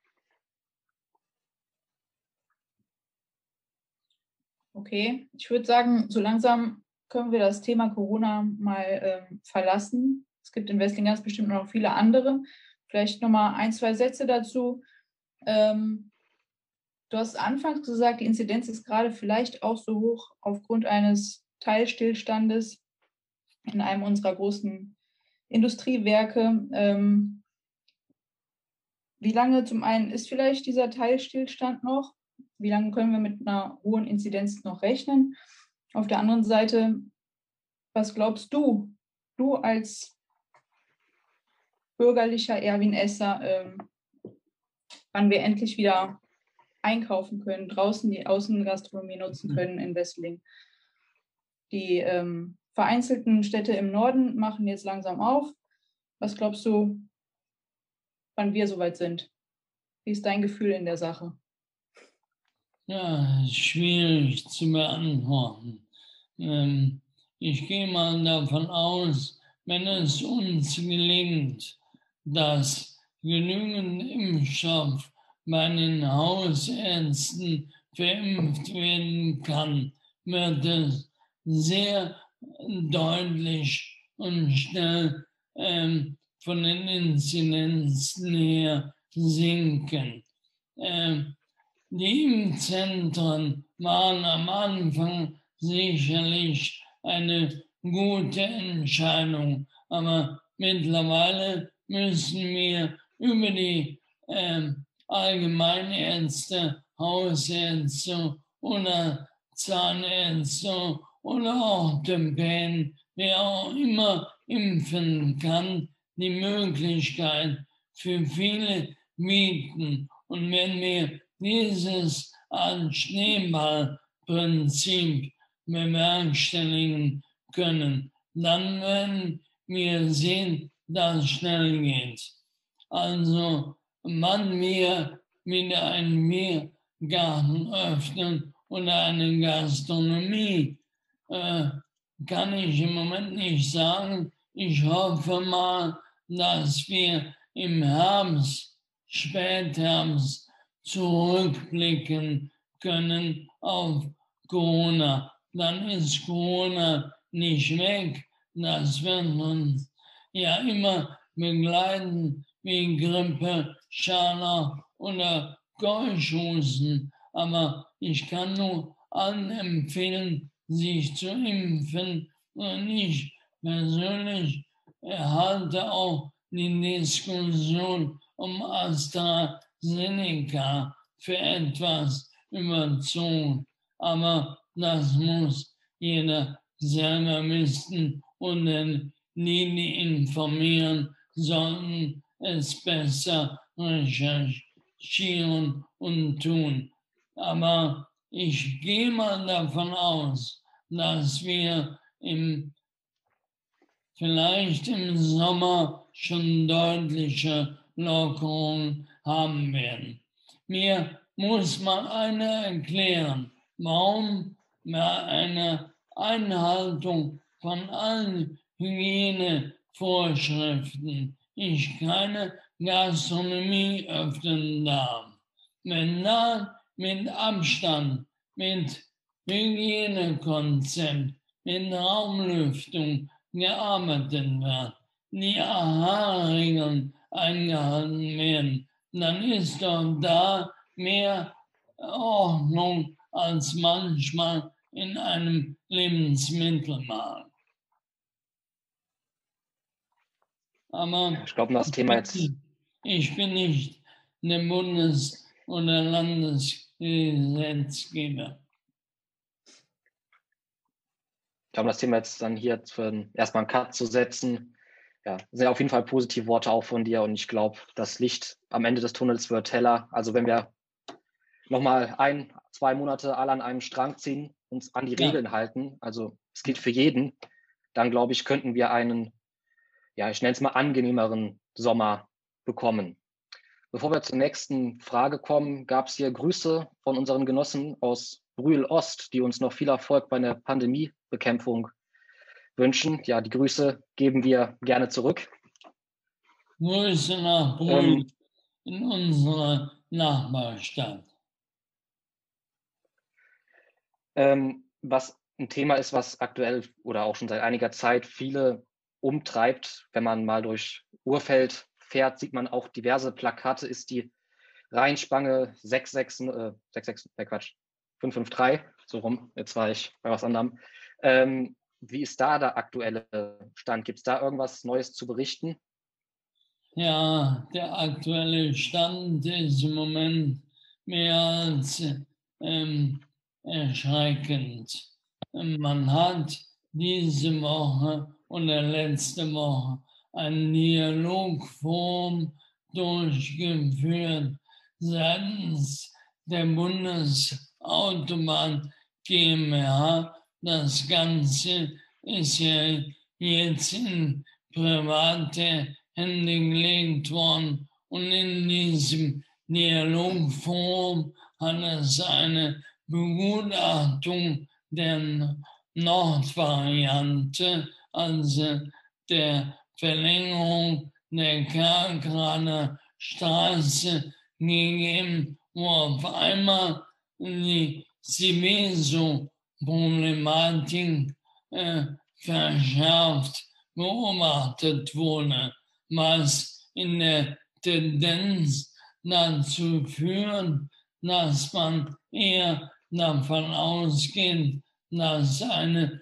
Okay, ich würde sagen, so langsam können wir das Thema Corona mal ähm, verlassen. Es gibt in Wesseling ganz bestimmt noch viele andere. Vielleicht nochmal ein, zwei Sätze dazu. Ähm, du hast anfangs gesagt, die Inzidenz ist gerade vielleicht auch so hoch aufgrund eines Teilstillstandes in einem unserer großen Industriewerke. Ähm, wie lange zum einen ist vielleicht dieser Teilstillstand noch? Wie lange können wir mit einer hohen Inzidenz noch rechnen? Auf der anderen Seite, was glaubst du, du als bürgerlicher Erwin Esser, ähm, wann wir endlich wieder einkaufen können, draußen die Außengastronomie nutzen können in Wesseling? Die ähm, vereinzelten Städte im Norden machen jetzt langsam auf. Was glaubst du, wann wir soweit sind? Wie ist dein Gefühl in der Sache? Ja, schwierig zu beantworten. Ähm, ich gehe mal davon aus, wenn es uns gelingt, dass genügend Impfstoff bei den Hausärzten verimpft werden kann, wird es sehr deutlich und schnell ähm, von den Inzidenzen her sinken. Ähm, Die Impfzentren waren am Anfang sicherlich eine gute Entscheidung, aber mittlerweile müssen wir über die äh, Allgemeinärzte, Hausärzte oder Zahnärzte oder Orthopäden, wer auch immer impfen kann, die Möglichkeit für viele bieten. Und wenn wir dieses Schneeballprinzip bewerkstelligen können, dann werden wir sehen, dass es schnell geht. Also, wann wir wieder einen Biergarten öffnen oder eine Gastronomie, äh, kann ich im Moment nicht sagen. Ich hoffe mal, dass wir im Herbst, Spätherbst, zurückblicken können auf Corona. Dann ist Corona nicht weg. Das wird uns ja immer begleiten wie Grippe, Scharlach oder Keuchhusten. Aber ich kann nur allen empfehlen, sich zu impfen. Und ich persönlich erhalte auch die Diskussion um AstraZeneca für etwas überzogen. Aber das muss jeder selber wissen und die, die informieren, sollten es besser recherchieren und tun. Aber ich gehe mal davon aus, dass wir im vielleicht im Sommer schon deutliche Lockerungen haben werden. Mir muss mal einer erklären, warum bei einer Einhaltung von allen Hygienevorschriften ich keine Gastronomie öffnen darf. Wenn da mit Abstand, mit Hygienekonzept, mit Raumlüftung gearbeitet wird, die A H-Regeln eingehalten werden, dann ist doch da mehr Ordnung als manchmal in einem Lebensmittelmarkt. Aber Ich glaube, das Thema jetzt. Ich bin nicht der Bundes- oder Landesgesetzgeber. Ich glaube, das Thema jetzt dann hier für erstmal einen Cut zu setzen. Ja, sind auf jeden Fall positive Worte auch von dir und ich glaube, das Licht am Ende des Tunnels wird heller. Also wenn wir nochmal ein, zwei Monate alle an einem Strang ziehen, uns an die Ja. Regeln halten, also es gilt für jeden, dann glaube ich, könnten wir einen, ja, ich nenne es mal angenehmeren Sommer bekommen. Bevor wir zur nächsten Frage kommen, gab es hier Grüße von unseren Genossen aus Brühl-Ost, die uns noch viel Erfolg bei der Pandemiebekämpfung wünschen. Ja, die Grüße geben wir gerne zurück. Grüße nach Brühl ähm, in unserer Nachbarstadt. Ähm, was ein Thema ist, was aktuell oder auch schon seit einiger Zeit viele umtreibt, wenn man mal durch Urfeld fährt, sieht man auch diverse Plakate, ist die Rheinspange sechs sechs, äh, sechs sechs, äh, Quatsch, fünf fünf drei, so rum, jetzt war ich bei was anderem. Ähm, wie ist da der aktuelle Stand? Gibt es da irgendwas Neues zu berichten? Ja, der aktuelle Stand ist im Moment mehr als ähm, erschreckend. Man hat diese Woche oder letzte Woche ein Dialogforum durchgeführt seitens der Bundesautobahn GmbH. Das Ganze ist ja jetzt in private Hände gelegt worden und in diesem Dialogforum hat es eine Begutachtung der Nordvariante, also der Verlängerung der Kerkrader Straße gegeben, wo auf einmal die Seveso-Problematik äh, verschärft beobachtet wurde, was in der Tendenz dazu führt, dass man eher davon ausgeht, dass eine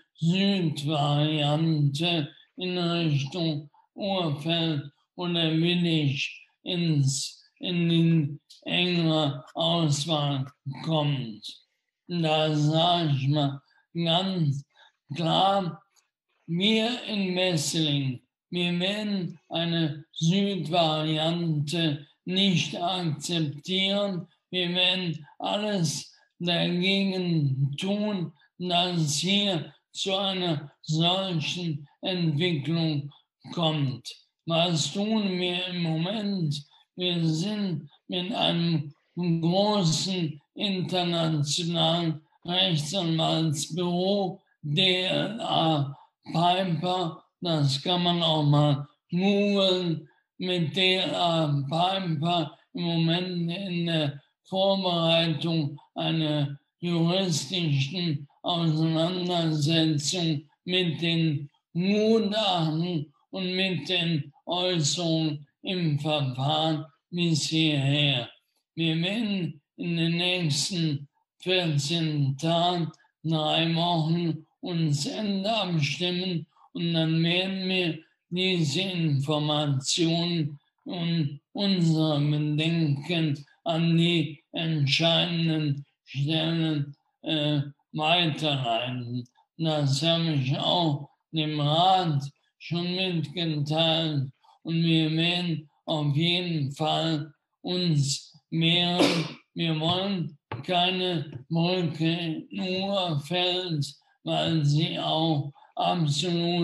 Südvariante in Richtung Urfeld oder Willig ins, in die engere Auswahl kommt. Da sage ich mal ganz klar, wir in Wesseling, wir werden eine Südvariante nicht akzeptieren. Wir werden alles dagegen tun, dass es hier zu einer solchen Entwicklung kommt. Was tun wir im Moment? Wir sind mit einem großen internationalen Rechtsanwaltsbüro, D L A Piper, das kann man auch mal googeln, mit D L A Piper im Moment in der Vorbereitung einer juristischen Auseinandersetzung mit den Gutachten und mit den Äußerungen im Verfahren bis hierher. Wir werden in den nächsten vierzehn Tagen, drei Wochen uns endabstimmen und dann werden wir diese Informationen und unsere Bedenken an die entscheidenden Stellen äh, weiterleiten. Das habe ich auch dem Rat schon mitgeteilt und wir werden auf jeden Fall uns mehren. Wir wollen keine Brücke in Urfeld, weil sie auch absolut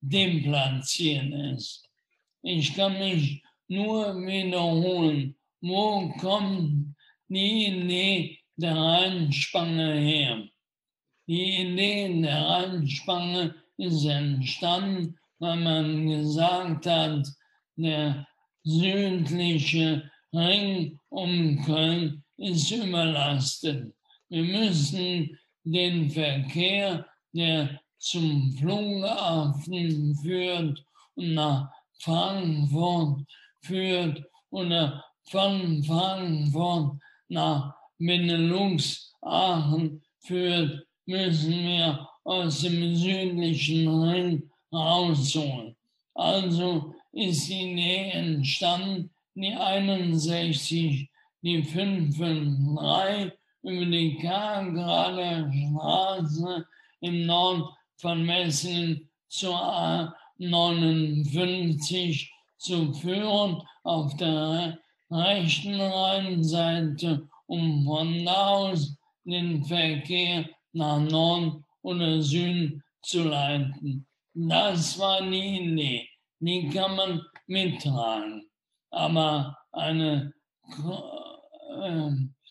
deplatziert ist. Ich kann mich nur wiederholen, wo kommt die Idee der Rheinspange her? Die Idee der Rheinspange ist entstanden, weil man gesagt hat, der südliche Ring um Köln ist überlastet. Wir müssen den Verkehr, der zum Flughafen führt und nach Frankfurt führt oder von Frankfurt nach Benelux, Aachen führt, müssen wir aus dem südlichen Ring rausholen. Also ist die Idee entstanden, die einundsechzig, die fünfhundertdrei über die Karlgrader Straße im Norden von Messingen zur A neunundfünfzig zu führen, auf der rechten Rheinseite, um von da aus den Verkehr nach Norden oder Süden zu leiten. Das war die Idee, die kann man mittragen. Aber eine äh,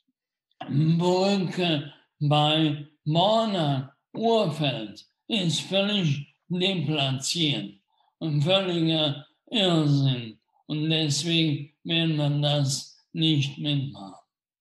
Brücke bei Borna Urfeld ist völlig deplatziert und völliger Irrsinn. Und deswegen werden wir das nicht mitmachen.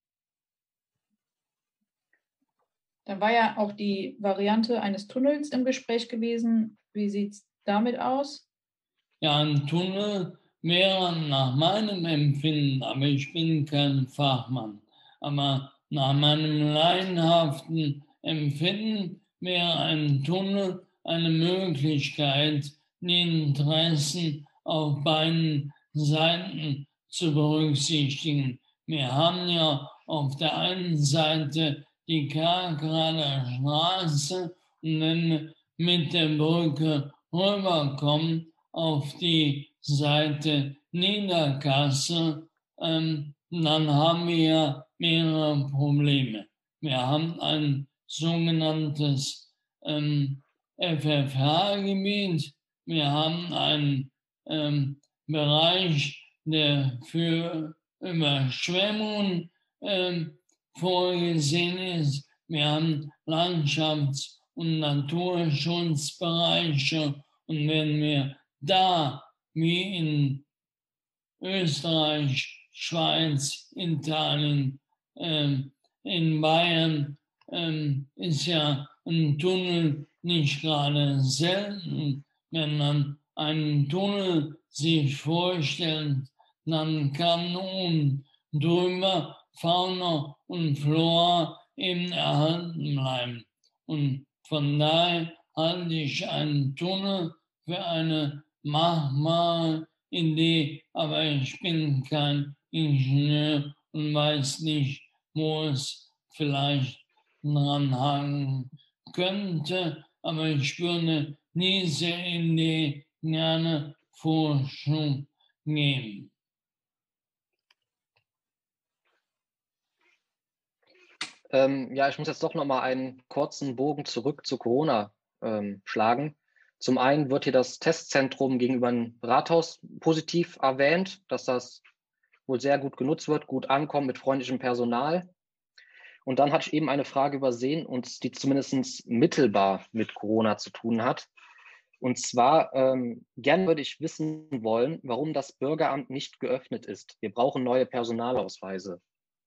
Da war ja auch die Variante eines Tunnels im Gespräch gewesen. Wie sieht es damit aus? Ja, ein Tunnel wäre nach meinem Empfinden, aber ich bin kein Fachmann, aber nach meinem laienhaften Empfinden wäre ein Tunnel eine Möglichkeit, die Interessen auf beiden Seiten zu berücksichtigen. Wir haben ja auf der einen Seite die Karlgrader Straße und wenn wir mit der Brücke rüberkommen auf die Seite Niederkassel, ähm, dann haben wir ja mehrere Probleme. Wir haben ein sogenanntes ähm, F F H-Gebiet, wir haben einen ähm, Bereich, der für Überschwemmungen ähm, vorgesehen ist. Wir haben Landschafts- und Naturschutzbereiche und wenn wir da wie in Österreich, Schweiz, Italien, ähm, in Bayern ähm, ist ja ein Tunnel nicht gerade selten. Wenn man einen Tunnel sich vorstellt, dann kann oben drüber Fauna und Flora eben erhalten bleiben. Und von daher halte ich einen Tunnel für eine machbare Idee, aber ich bin kein Ingenieur und weiß nicht, wo es vielleicht dran hangen könnte, aber ich würde diese Idee gerne Vorschub geben. Ähm, ja, ich muss jetzt doch noch mal einen kurzen Bogen zurück zu Corona ähm, schlagen. Zum einen wird hier das Testzentrum gegenüber dem Rathaus positiv erwähnt, dass das wohl sehr gut genutzt wird, gut ankommt mit freundlichem Personal. Und dann hatte ich eben eine Frage übersehen, und die zumindest mittelbar mit Corona zu tun hat. Und zwar, ähm, gern würde ich wissen wollen, warum das Bürgeramt nicht geöffnet ist. Wir brauchen neue Personalausweise.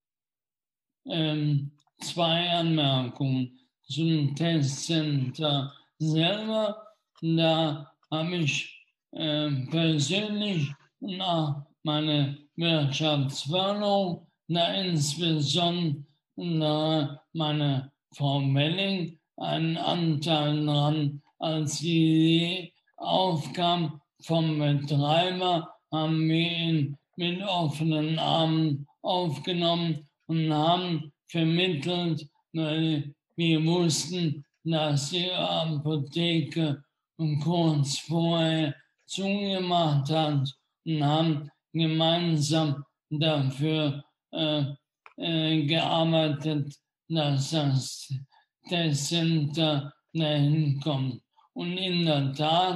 Ähm, zwei Anmerkungen zum Testcenter selber. Da habe ich äh, persönlich nach meiner Wirtschaftsförderung, da insbesondere meine Frau Welling, einen Anteil daran, als die Idee aufkam vom Betreiber, haben wir ihn mit offenen Armen aufgenommen und haben vermittelt, weil wir wussten, dass die Apotheke kurz vorher zugemacht hat und haben gemeinsam dafür äh, äh, gearbeitet, dass das Testcenter dahin kommt. Und in der Tat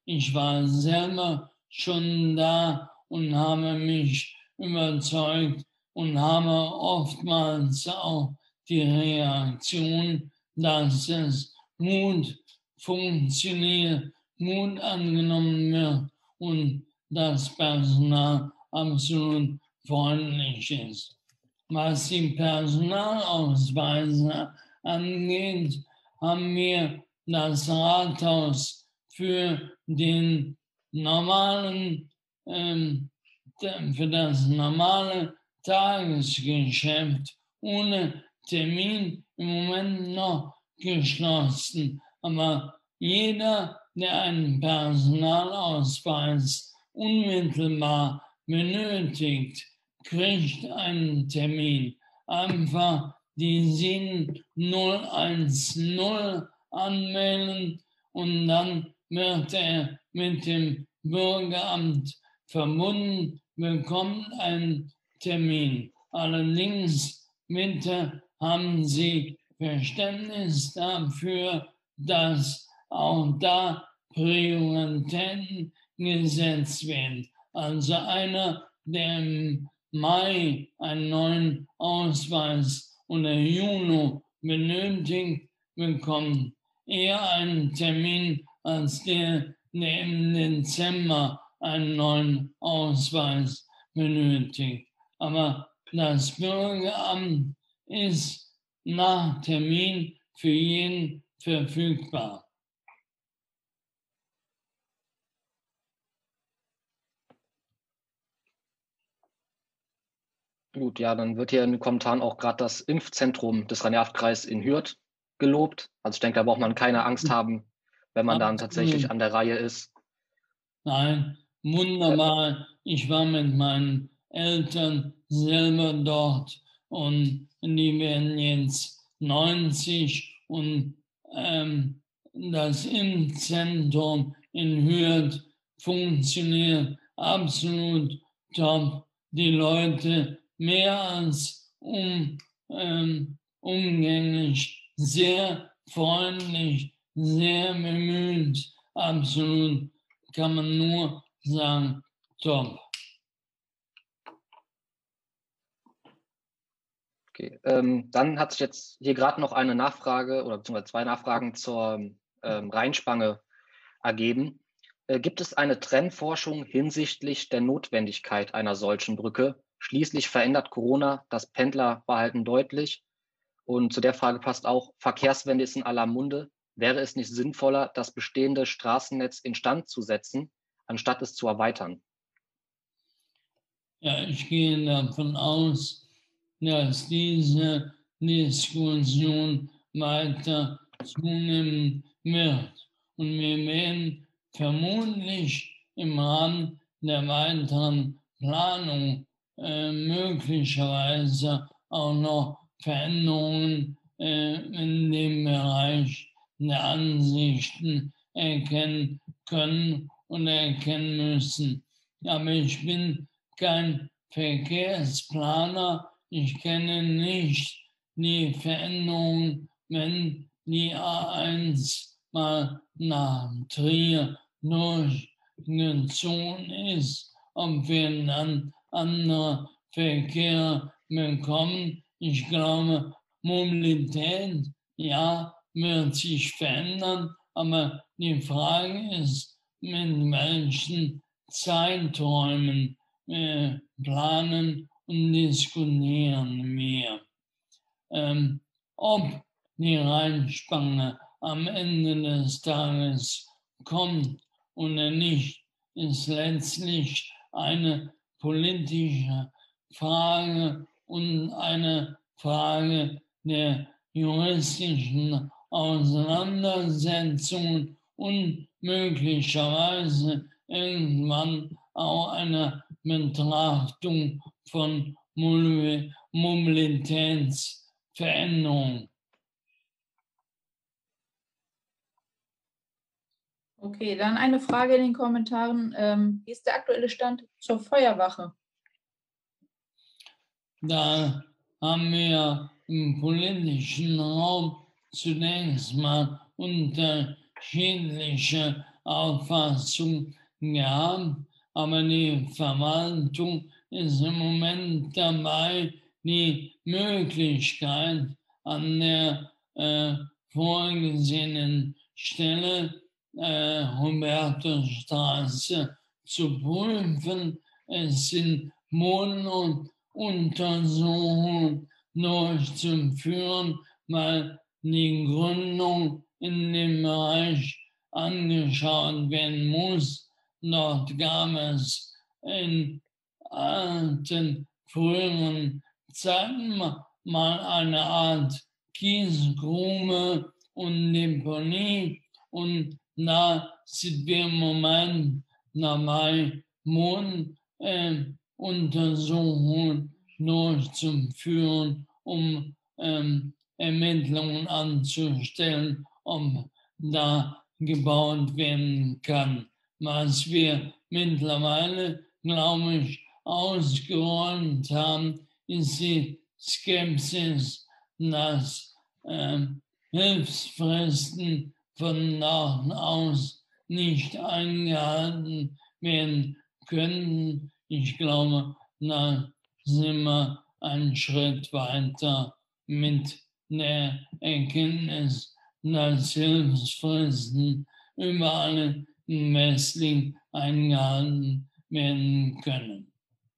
Ich war selber schon da und habe mich überzeugt und habe oftmals auch die Reaktion, dass es gut funktioniert, gut angenommen wird und das Personal absolut freundlich ist. Was die Personalausweise angeht, haben wir das Rathaus für den normalen, ähm, für das normale Tagesgeschäft ohne Termin im Moment noch geschlossen. Aber jeder, der einen Personalausweis unmittelbar benötigt, kriegt einen Termin. Einfach die sieben null eins null anmelden und dann wird er mit dem Bürgeramt verbunden, bekommt einen Termin. Allerdings bitte haben Sie Verständnis dafür, dass auch da Prioritäten gesetzt werden. Also einer, der im Mai einen neuen Ausweis oder Juni benötigt, bekommt eher einen Termin als der, der im Dezember einen neuen Ausweis benötigt. Aber das Bürgeramt ist nach Termin für jeden verfügbar. Gut, ja, dann wird hier in den Kommentaren auch gerade das Impfzentrum des Rhein-Erft-Kreises in Hürth gelobt. Also ich denke, da braucht man keine Angst haben, wenn man dann tatsächlich an der Reihe ist. Nein, wunderbar. Ich war mit meinen Eltern selber dort und die werden jetzt neunzig und ähm, das Impfzentrum in Hürth funktioniert absolut top. Die Leute mehr als um, ähm, umgänglich, sehr freundlich, sehr bemüht, absolut, kann man nur sagen, top. Okay, ähm, dann hat sich jetzt hier gerade noch eine Nachfrage oder beziehungsweise zwei Nachfragen zur ähm, Rheinspange ergeben. Äh, gibt es eine Trendforschung hinsichtlich der Notwendigkeit einer solchen Brücke? Schließlich verändert Corona das Pendlerverhalten deutlich. Und zu der Frage passt auch, Verkehrswende ist in aller Munde. Wäre es nicht sinnvoller, das bestehende Straßennetz instand zu setzen, anstatt es zu erweitern? Ja, ich gehe davon aus, dass diese Diskussion weiter zunehmen wird. Und wir werden vermutlich im Rahmen der weiteren Planung äh, möglicherweise auch noch Veränderungen äh, in dem Bereich der Ansichten erkennen können und erkennen müssen. Aber ich bin kein Verkehrsplaner. Ich kenne nicht die Veränderungen, wenn die A eins mal nach Trier durchgezogen ist, ob wir dann andere Verkehr bekommen. Ich glaube, Mobilität, ja, wird sich verändern, aber die Frage ist, mit welchen Zeiträumen äh, planen und diskutieren wir. Ähm, ob die Rheinspange am Ende des Tages kommt oder nicht, ist letztlich eine politische Frage und eine Frage der juristischen Auseinandersetzungen und möglicherweise irgendwann auch eine Betrachtung von Mobilitätsveränderung. Okay, dann eine Frage in den Kommentaren. Ähm, wie ist der aktuelle Stand zur Feuerwache? Da haben wir im politischen Raum zunächst mal unterschiedliche Auffassung gehabt, aber die Verwaltung ist im Moment dabei, die Möglichkeit an der äh, vorgesehenen Stelle äh, Hubertusstraße zu prüfen. Es sind Wohnungsuntersuchungen durchzuführen, weil die Gründung in dem Bereich angeschaut werden muss. Dort gab es in alten, früheren Zeiten mal eine Art Kiesgrube und Deponie. Und da sind wir im Moment dabei, Wohnuntersuchungen äh, durchzuführen, um ähm, Ermittlungen anzustellen, ob da gebaut werden kann. Was wir mittlerweile, glaube ich, ausgeräumt haben, ist die Skepsis, dass äh, Hilfsfristen von dort aus nicht eingehalten werden können. Ich glaube, da sind wir einen Schritt weiter mit der Erkenntnis, dass Hilfsfristen überall im Westling eingehalten werden können.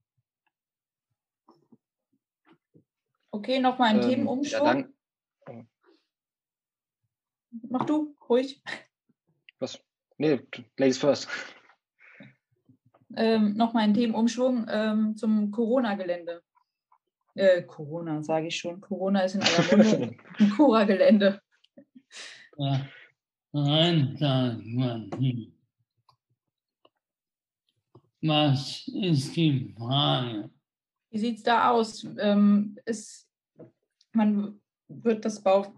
Okay, nochmal ein Ähm, Themenumschwung. Ja, dann, Mach du, ruhig. was? Nee, ladies first. Ähm, nochmal ein Themenumschwung ähm, zum Corona-Gelände. Äh, Corona, sage ich schon. Corona ist in aller Munde. Ein Cora-Gelände. Ja, rein sagt man nicht. Was ist die Frage? Wie sieht es da aus? Ähm, ist, man wird das Bau...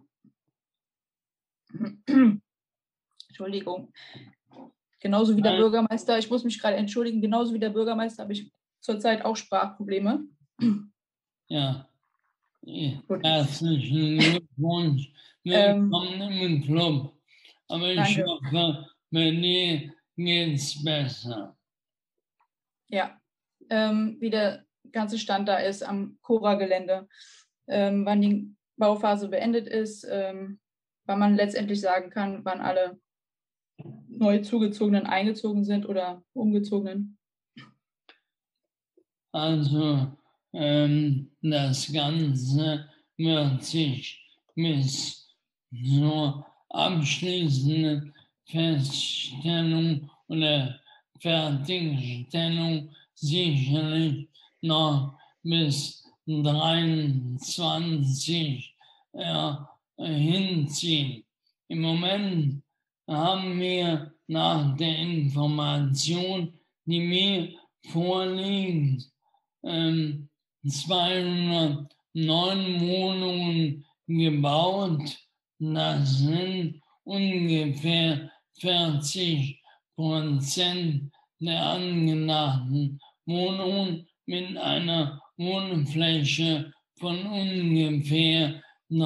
Entschuldigung. Genauso wie der Bürgermeister, ich muss mich gerade entschuldigen, genauso wie der Bürgermeister habe ich zurzeit auch Sprachprobleme. Ja, Gut. herzlichen Glückwunsch. Willkommen ähm, im Club. Aber ich danke. hoffe, bei dir geht es besser. Ja, ähm, wie der ganze Stand da ist am Cora-Gelände, ähm, wann die Bauphase beendet ist, ähm, wann man letztendlich sagen kann, wann alle neu zugezogenen eingezogen sind oder umgezogenen. Also ähm, das Ganze wird sich bis zur abschließenden Feststellung oder Fertigstellung sicherlich noch bis dreiundzwanzig äh, hinziehen. Im Moment haben wir nach der Information, die mir vorliegt, ähm, zweihundertneun Wohnungen gebaut. Das sind ungefähr vierzig Prozent der angedachten Wohnungen mit einer Wohnfläche von ungefähr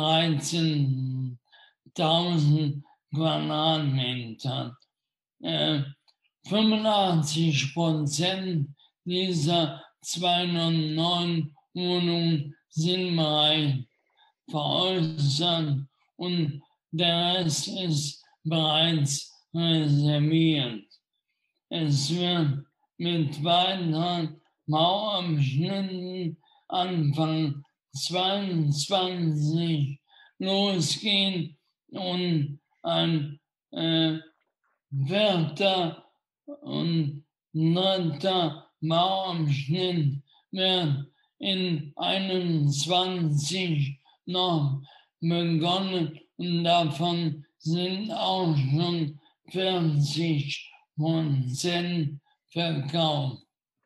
dreizehntausend Quadratmetern. Äh, fünfundachtzig Prozent dieser zweihundertneun Wohnungen sind bereits veräußert und der Rest ist bereits reserviert. Es wird mit weiteren Bauabschnitten Anfang zweitausendzweiundzwanzig losgehen und ein äh, vierter und dritter Bauabschnitt wird in einundzwanzig noch begonnen und davon sind auch schon vierzig Prozent verkauft.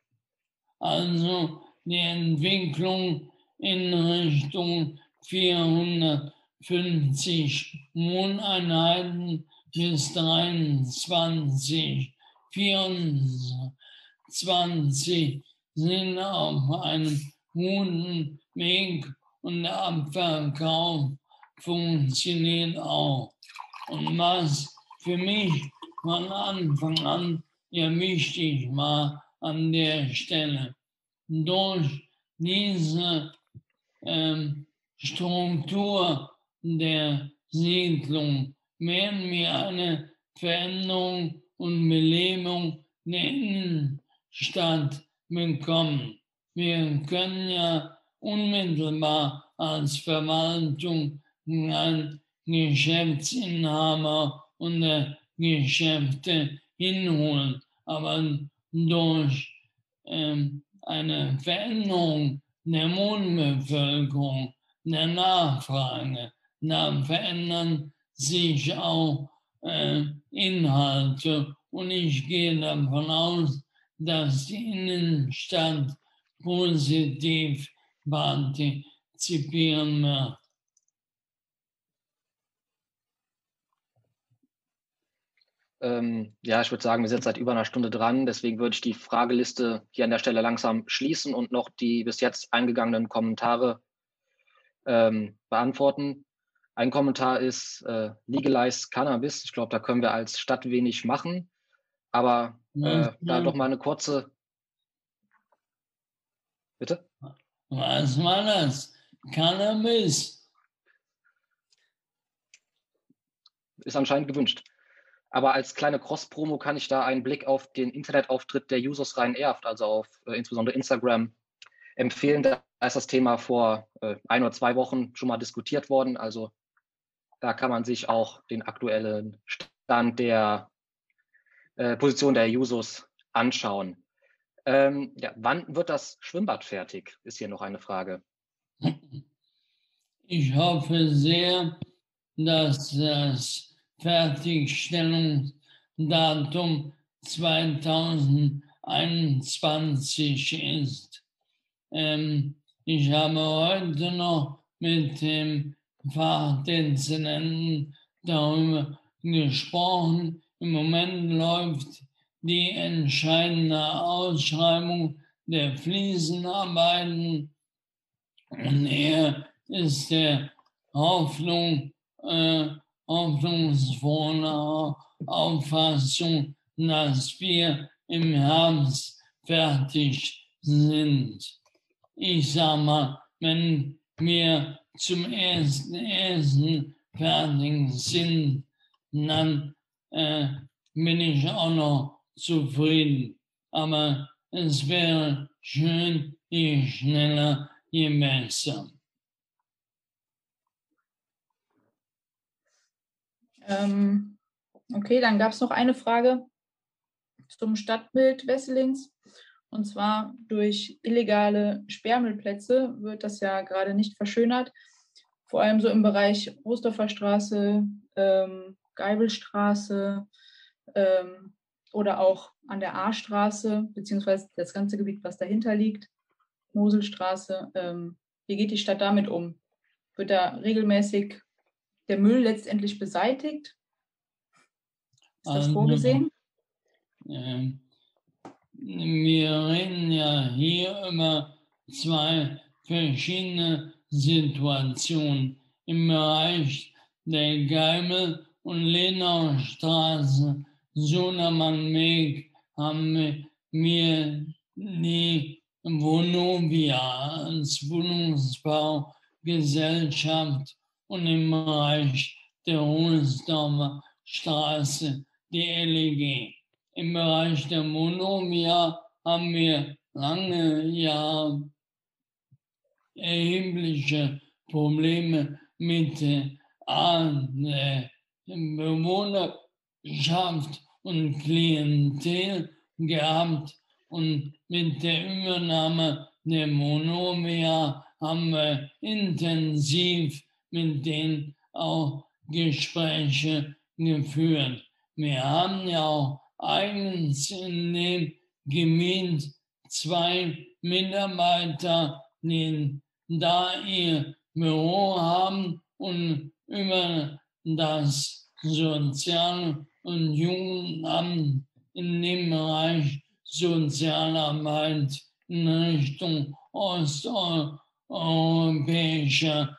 Also die Entwicklung in Richtung vierhundertfünfzig Wohneinheiten bis dreiundzwanzig, vierundzwanzig sind auf einem guten Weg und der Abverkauf funktioniert auch. Und was für mich von Anfang an ja wichtig war an der Stelle. Durch diese ähm, Struktur der Siedlung werden wir eine Veränderung und Belebung der Innenstadt bekommen. Wir können ja unmittelbar als Verwaltung ein Geschäftsinhaber und Geschäfte hinholen, aber durch ähm, eine Veränderung der Wohnbevölkerung, der Nachfrage, da verändern sich auch äh, Inhalte und ich gehe davon aus, dass die Innenstadt positiv partizipieren wird. Ähm, ja, ich würde sagen, wir sind seit über einer Stunde dran. Deswegen würde ich die Frageliste hier an der Stelle langsam schließen und noch die bis jetzt eingegangenen Kommentare ähm, beantworten. Ein Kommentar ist äh, Legalize Cannabis. Ich glaube, da können wir als Stadt wenig machen. Aber äh, da doch mal eine kurze... Bitte? Was war das? Cannabis? Ist anscheinend gewünscht. Aber als kleine Cross-Promo kann ich da einen Blick auf den Internetauftritt der Jusos Rhein-Erft, also auf äh, insbesondere Instagram, empfehlen. Da ist das Thema vor äh, ein oder zwei Wochen schon mal diskutiert worden. Also da kann man sich auch den aktuellen Stand der äh, Position der Jusos anschauen. Ähm, ja, wann wird das Schwimmbad fertig, ist hier noch eine Frage. Ich hoffe sehr, dass das Fertigstellungsdatum zweitausendeinundzwanzig ist. Ähm, ich habe heute noch mit dem Fachdezernenten darüber gesprochen. Im Moment läuft die entscheidende Ausschreibung der Fliesenarbeiten und er ist der Hoffnung, äh, hoffnungsvoller Auffassung, dass wir im Herbst fertig sind. Ich sage mal, wenn wir zum ersten ersten fertig sind, dann äh, bin ich auch noch zufrieden. Aber es wäre schön, je schneller, je besser. Ähm, okay, dann gab es noch eine Frage zum Stadtbild Wesselings. Und zwar durch illegale Sperrmüllplätze wird das ja gerade nicht verschönert. Vor allem so im Bereich Rosdorfer Straße, ähm, Geibelstraße ähm, oder auch an der A-Straße, beziehungsweise das ganze Gebiet, was dahinter liegt, Moselstraße. Ähm, wie geht die Stadt damit um? Wird da regelmäßig der Müll letztendlich beseitigt? Ist das also, vorgesehen? Äh, wir reden ja hier über zwei verschiedene Situationen. Im Bereich der Geibel- und Lenaustraße, Sudermannweg, haben wir die Vonovia als Wohnungsbaugesellschaft und im Bereich der Rosdorfer Straße die L E G. Im Bereich der Vonovia haben wir lange Jahre erhebliche Probleme mit der Bewohnerschaft und Klientel gehabt. Und mit der Übernahme der Vonovia haben wir intensiv mit denen auch Gespräche geführt. Wir haben ja auch eigens in dem Gebiet zwei Mitarbeiter, die da ihr Büro haben und über das Sozial- und Jugendamt in dem Bereich Sozialarbeit in Richtung osteuropäischer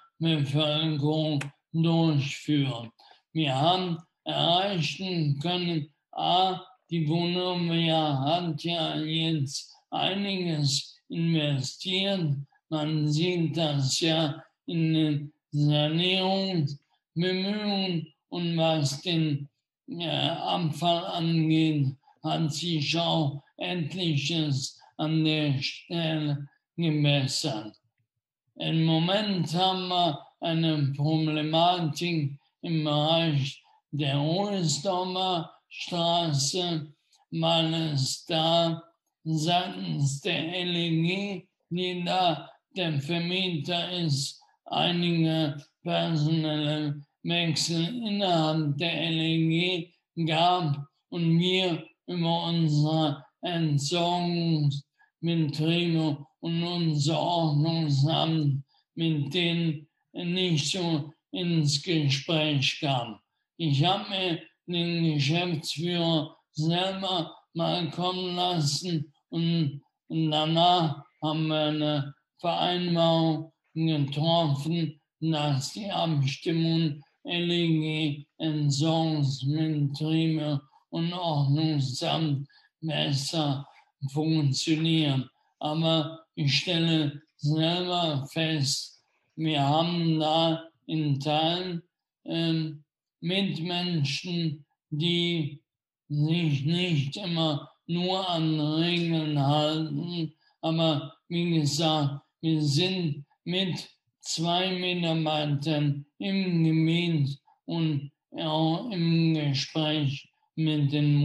Bevölkerung durchführen. Wir haben erreichen können A, die Vonovia hat ja jetzt einiges investiert. Man sieht das ja in den Sanierungsbemühungen und was den äh, Abfall angeht, hat sich auch etliches an der Stelle gebessert. Im Moment haben wir eine Problematik im Bereich der Ohlsdorfer Straße, weil es da seitens der L E G, die da der Vermieter ist, einige personelle Wechsel innerhalb der L E G gab und wir über unsere Entsorgungsbetriebe und unser Ordnungsamt mit denen nicht so ins Gespräch kam. Ich habe mir den Geschäftsführer selber mal kommen lassen und danach haben wir eine Vereinbarung getroffen, dass die Abstimmung L E G, Entsorgungsbetriebe und Ordnungsamt besser funktionieren. Aber ich stelle selber fest, wir haben da in Teilen äh, Mitmenschen, die sich nicht immer nur an Regeln halten. Aber wie gesagt, wir sind mit zwei Mitarbeitern im Gebiet und auch im Gespräch mit den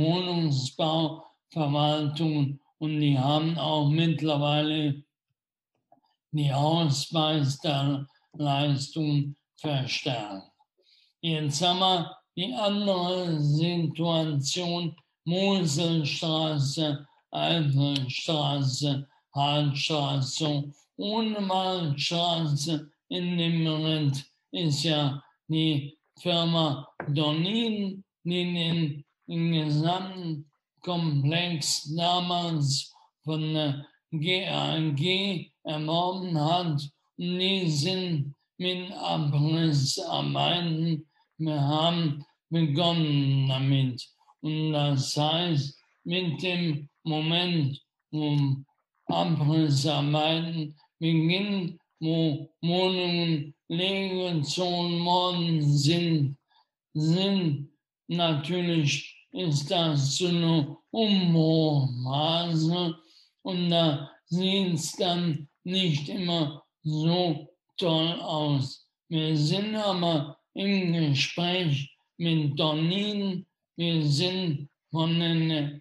Wohnungsbauverwaltungen und die haben auch mittlerweile die Hausmeisterleistung verstärkt. Jetzt haben wir die andere Situation, Moselstraße, Eifelstraße, Hartstraße, Unwaldstraße. In dem Rind ist ja die Firma Donin, die den, den gesamten Komplex damals von der G A G erworben hat. Und die sind mit Abrissarbeiten. Wir haben begonnen damit. Und das heißt, mit dem Moment, wo Abrissarbeiten beginnen, wo Wohnungen leergezogen worden sind, sind natürlich ist das so eine Umbruchphase und da sieht es dann nicht immer so toll aus. Wir sind aber im Gespräch mit Donin, wir sind von den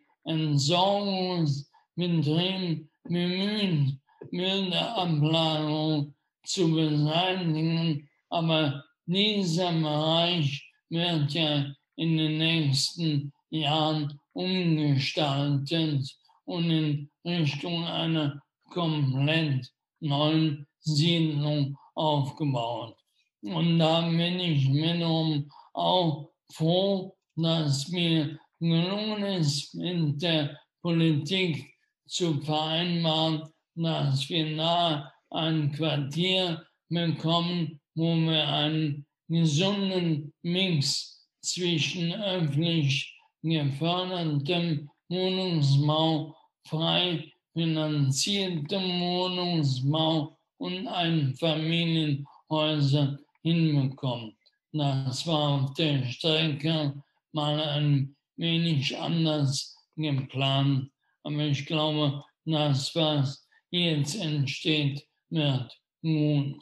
Entsorgungsbetrieben bemüht, milde Ablagerung zu beseitigen, aber dieser Bereich wird ja in den nächsten Jahren umgestaltet und in Richtung einer komplett neuen Siedlung aufgebaut. Und da bin ich wiederum auch froh, dass mir gelungen ist, mit der Politik zu vereinbaren, dass wir nahe ein Quartier bekommen, wo wir einen gesunden Mix zwischen öffentlich gefördertem Wohnungsbau, frei finanziertem Wohnungsbau und Einfamilienhäusern hinbekommen. Das war auf der Strecke mal ein wenig anders geplant, aber ich glaube, das, was jetzt entsteht, wird gut.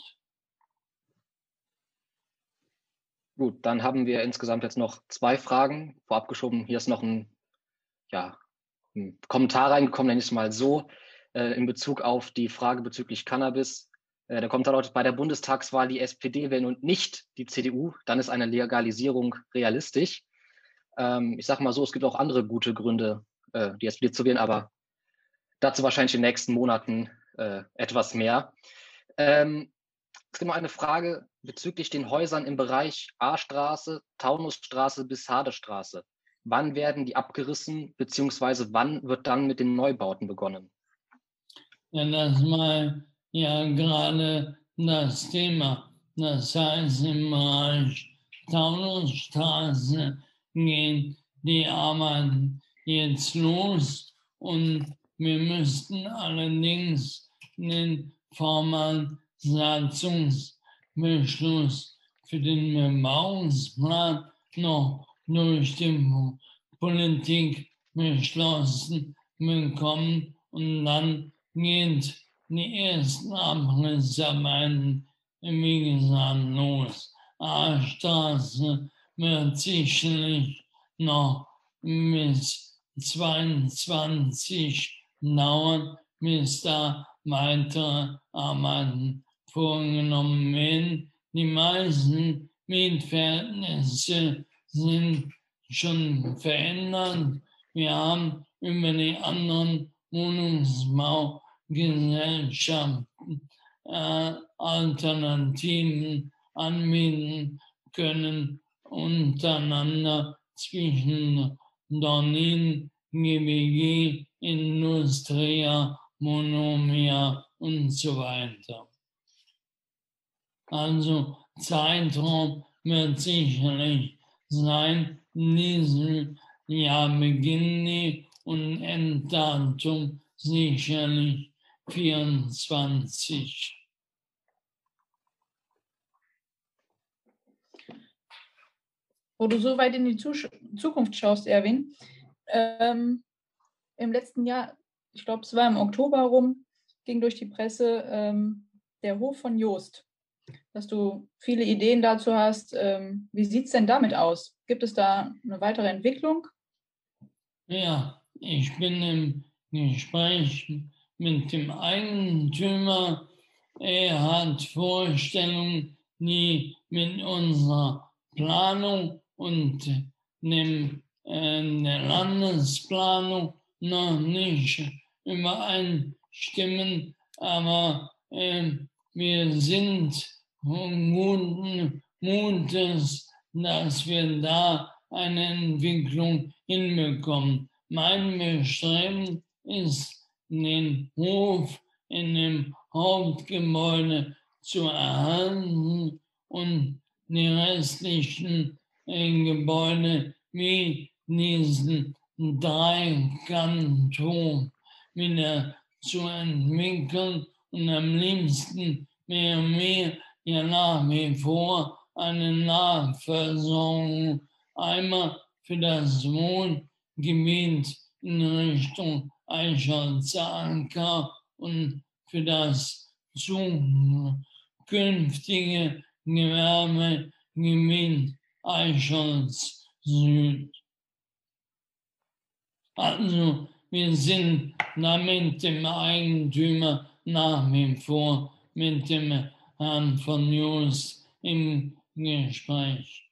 Gut, dann haben wir insgesamt jetzt noch zwei Fragen vorab geschoben. Hier ist noch ein, ja, ein Kommentar reingekommen, nenne ich es mal so, äh, in Bezug auf die Frage bezüglich Cannabis. Äh, der Kommentar lautet: Bei der Bundestagswahl die S P D wählen und nicht die C D U, dann ist eine Legalisierung realistisch. Ähm, ich sage mal so, es gibt auch andere gute Gründe, äh, die S P D zu wählen, aber dazu wahrscheinlich in den nächsten Monaten äh, etwas mehr. Ähm, Es gibt noch eine Frage bezüglich den Häusern im Bereich A-Straße, Taunusstraße bis Hadestraße. Wann werden die abgerissen, beziehungsweise wann wird dann mit den Neubauten begonnen? Ja, das war ja gerade das Thema. Das heißt, im Bereich Taunusstraße gehen die Arbeiten jetzt los und wir müssten allerdings den formalen Satzungsbeschluss für den Bebauungsplan noch durch die Politik beschlossen bekommen und dann geht die ersten Abrissarbeiten, wie gesagt, los. A-Straße wird sicherlich noch bis zweiundzwanzig dauern, bis da weitere Arbeiten vorgenommen werden. Die meisten Mietverhältnisse sind schon verändert. Wir haben über die anderen Wohnungsbaugesellschaften äh, Alternativen anbieten können, untereinander zwischen Dornin, G B G, Industria, Monomia und so weiter. Also Zeitraum wird sicherlich sein, in diesem Jahr beginnen und Enddatum sicherlich vierundzwanzig. Wo du so weit in die Zus- Zukunft schaust, Erwin, ähm, im letzten Jahr, ich glaube, es war im Oktober rum, ging durch die Presse ähm, der Hof von Jost, dass du viele Ideen dazu hast. Ähm, wie sieht es denn damit aus? Gibt es da eine weitere Entwicklung? Ja, ich bin im Gespräch mit dem Eigentümer. Er hat Vorstellungen, die mit unserer Planung und dem, äh, der Landesplanung noch nicht übereinstimmen, aber äh, wir sind guten Mutes, dass wir da eine Entwicklung hinbekommen. Mein Bestreben ist, den Hof in dem Hauptgebäude zu erhalten und die restlichen äh, Gebäude wie diesen Dreikantturm wieder zu entwickeln und am liebsten wäre mir ja nach wie vor eine Nahversorgung einmal für das Wohngebiet in Richtung Eichholzer-Acker und für das zukünftige Gewerbegebiet Eichholz Süd. Also wir sind da mit dem Eigentümer nach wie vor mit dem Herrn von Jost im Gespräch.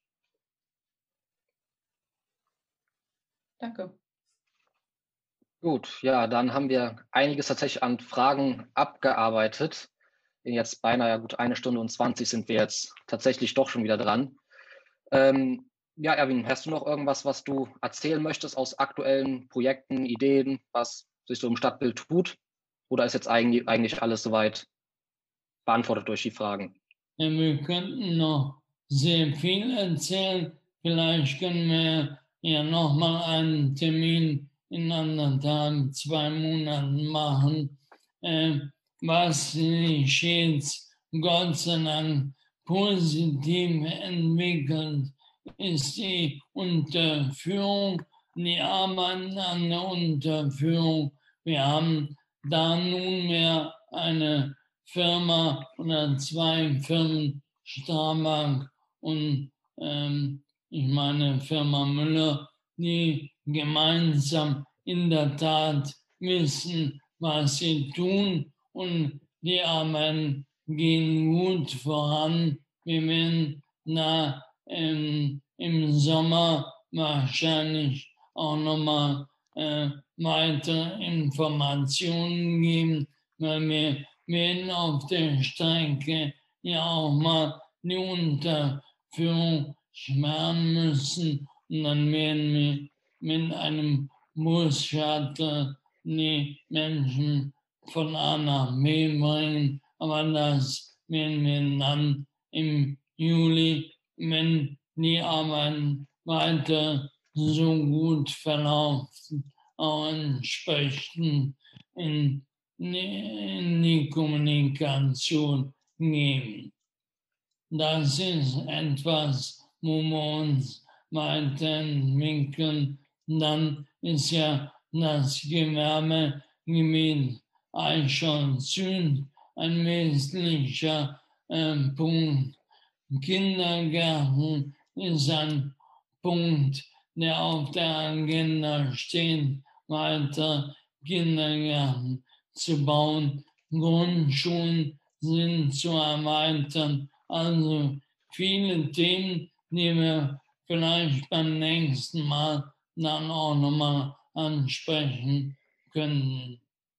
Danke. Gut, ja, dann haben wir einiges tatsächlich an Fragen abgearbeitet. Jetzt beinahe ja gut eine Stunde und zwanzig sind wir jetzt tatsächlich doch schon wieder dran. Ähm, ja, Erwin, hast du noch irgendwas, was du erzählen möchtest aus aktuellen Projekten, Ideen, was sich so im Stadtbild tut? Oder ist jetzt eigentlich, eigentlich alles soweit beantwortet durch die Fragen? Ja, wir könnten noch sehr viel erzählen. Vielleicht können wir ja noch mal einen Termin in anderthalb, zwei Monaten machen, äh, was sich jetzt Gott sei Dank positiv entwickelt, ist die Unterführung, die Arbeit an der Unterführung. Wir haben da nunmehr eine Firma oder zwei Firmen, Strabag und ähm, ich meine Firma Müller, die gemeinsam in der Tat wissen, was sie tun und die Arbeiten gehen gut voran. Wir werden da ähm, im Sommer wahrscheinlich auch nochmal äh, weitere Informationen geben, weil wir werden auf der Strecke ja auch mal die Unterführung sperren müssen und dann werden wir mit einem Bus-Shuttle die Menschen von A nach B bringen, aber das werden wir dann im Juli, wenn die Arbeiten weiter so gut verläuft, auch entsprechend in, in die Kommunikation gehen. Das ist etwas, wo wir uns weiterentwickeln. Dann ist ja das Gewerbegebiet Eichholz Süd ein wesentlicher äh, Punkt. Kindergärten ist ein Punkt, der auf der Agenda steht, weiter Kindergärten zu bauen, Grundschulen sind zu erweitern. Also viele Themen, die wir vielleicht beim nächsten Mal dann auch nochmal ansprechen können.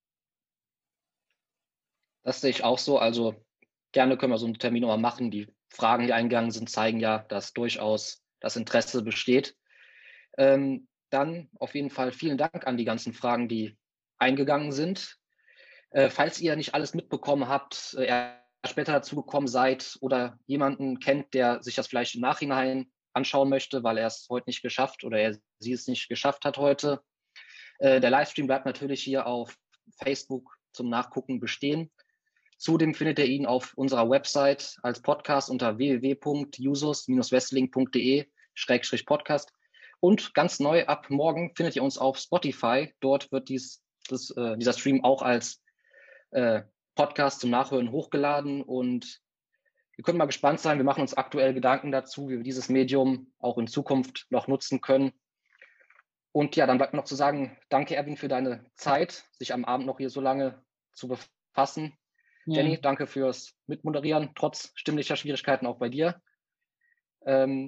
Das sehe ich auch so. Also gerne können wir so einen Termin nochmal machen. Die Fragen, die eingegangen sind, zeigen ja, dass durchaus das Interesse besteht. Ähm, dann auf jeden Fall vielen Dank an die ganzen Fragen, die eingegangen sind. Äh, falls ihr nicht alles mitbekommen habt, äh, später dazu gekommen seid oder jemanden kennt, der sich das vielleicht im Nachhinein anschauen möchte, weil er es heute nicht geschafft oder er sie es nicht geschafft hat heute. Äh, der Livestream bleibt natürlich hier auf Facebook zum Nachgucken bestehen. Zudem findet ihr ihn auf unserer Website als Podcast unter w w w punkt jusos Bindestrich wesseling punkt de Schrägstrich Podcast. Und ganz neu ab morgen findet ihr uns auf Spotify. Dort wird dies, das, äh, dieser Stream auch als äh, Podcast zum Nachhören hochgeladen. Und ihr könnt mal gespannt sein. Wir machen uns aktuell Gedanken dazu, wie wir dieses Medium auch in Zukunft noch nutzen können. Und ja, dann bleibt noch zu sagen, danke Erwin für deine Zeit, sich am Abend noch hier so lange zu befassen. Ja. Jenny, danke fürs Mitmoderieren, trotz stimmlicher Schwierigkeiten auch bei dir. Ähm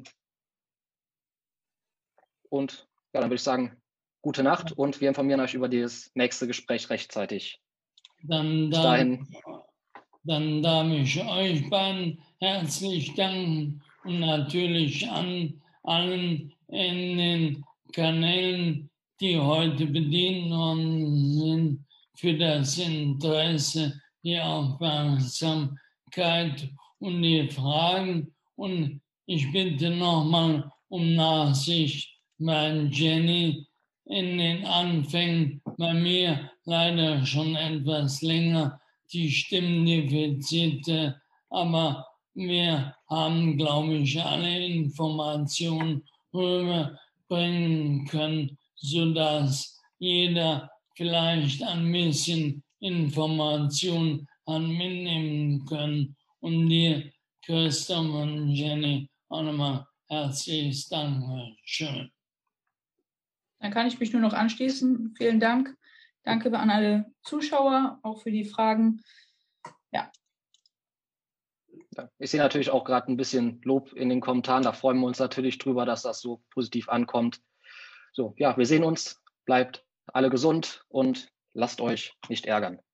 und ja, dann würde ich sagen, gute Nacht und wir informieren euch über das nächste Gespräch rechtzeitig. Dann Bis darf, dahin. Dann darf ich euch beiden herzlich danken und natürlich an allen in den Kanälen, die heute bedient worden sind, für das Interesse, die Aufmerksamkeit und die Fragen. Und ich bitte nochmal um Nachsicht, weil Jenny in den Anfängen bei mir leider schon etwas länger die Stimmdefizite, aber wir haben, glaube ich, alle Informationen rüberbringen können, sodass jeder vielleicht ein bisschen Information hat mitnehmen können. Und dir, Christoph und Jenny, auch nochmal herzliches Dankeschön. Dann kann ich mich nur noch anschließen. Vielen Dank. Danke an alle Zuschauer, auch für die Fragen. Ja. Ja, ich sehe natürlich auch gerade ein bisschen Lob in den Kommentaren. Da freuen wir uns natürlich drüber, dass das so positiv ankommt. So, ja, wir sehen uns. Bleibt alle gesund und lasst euch nicht ärgern.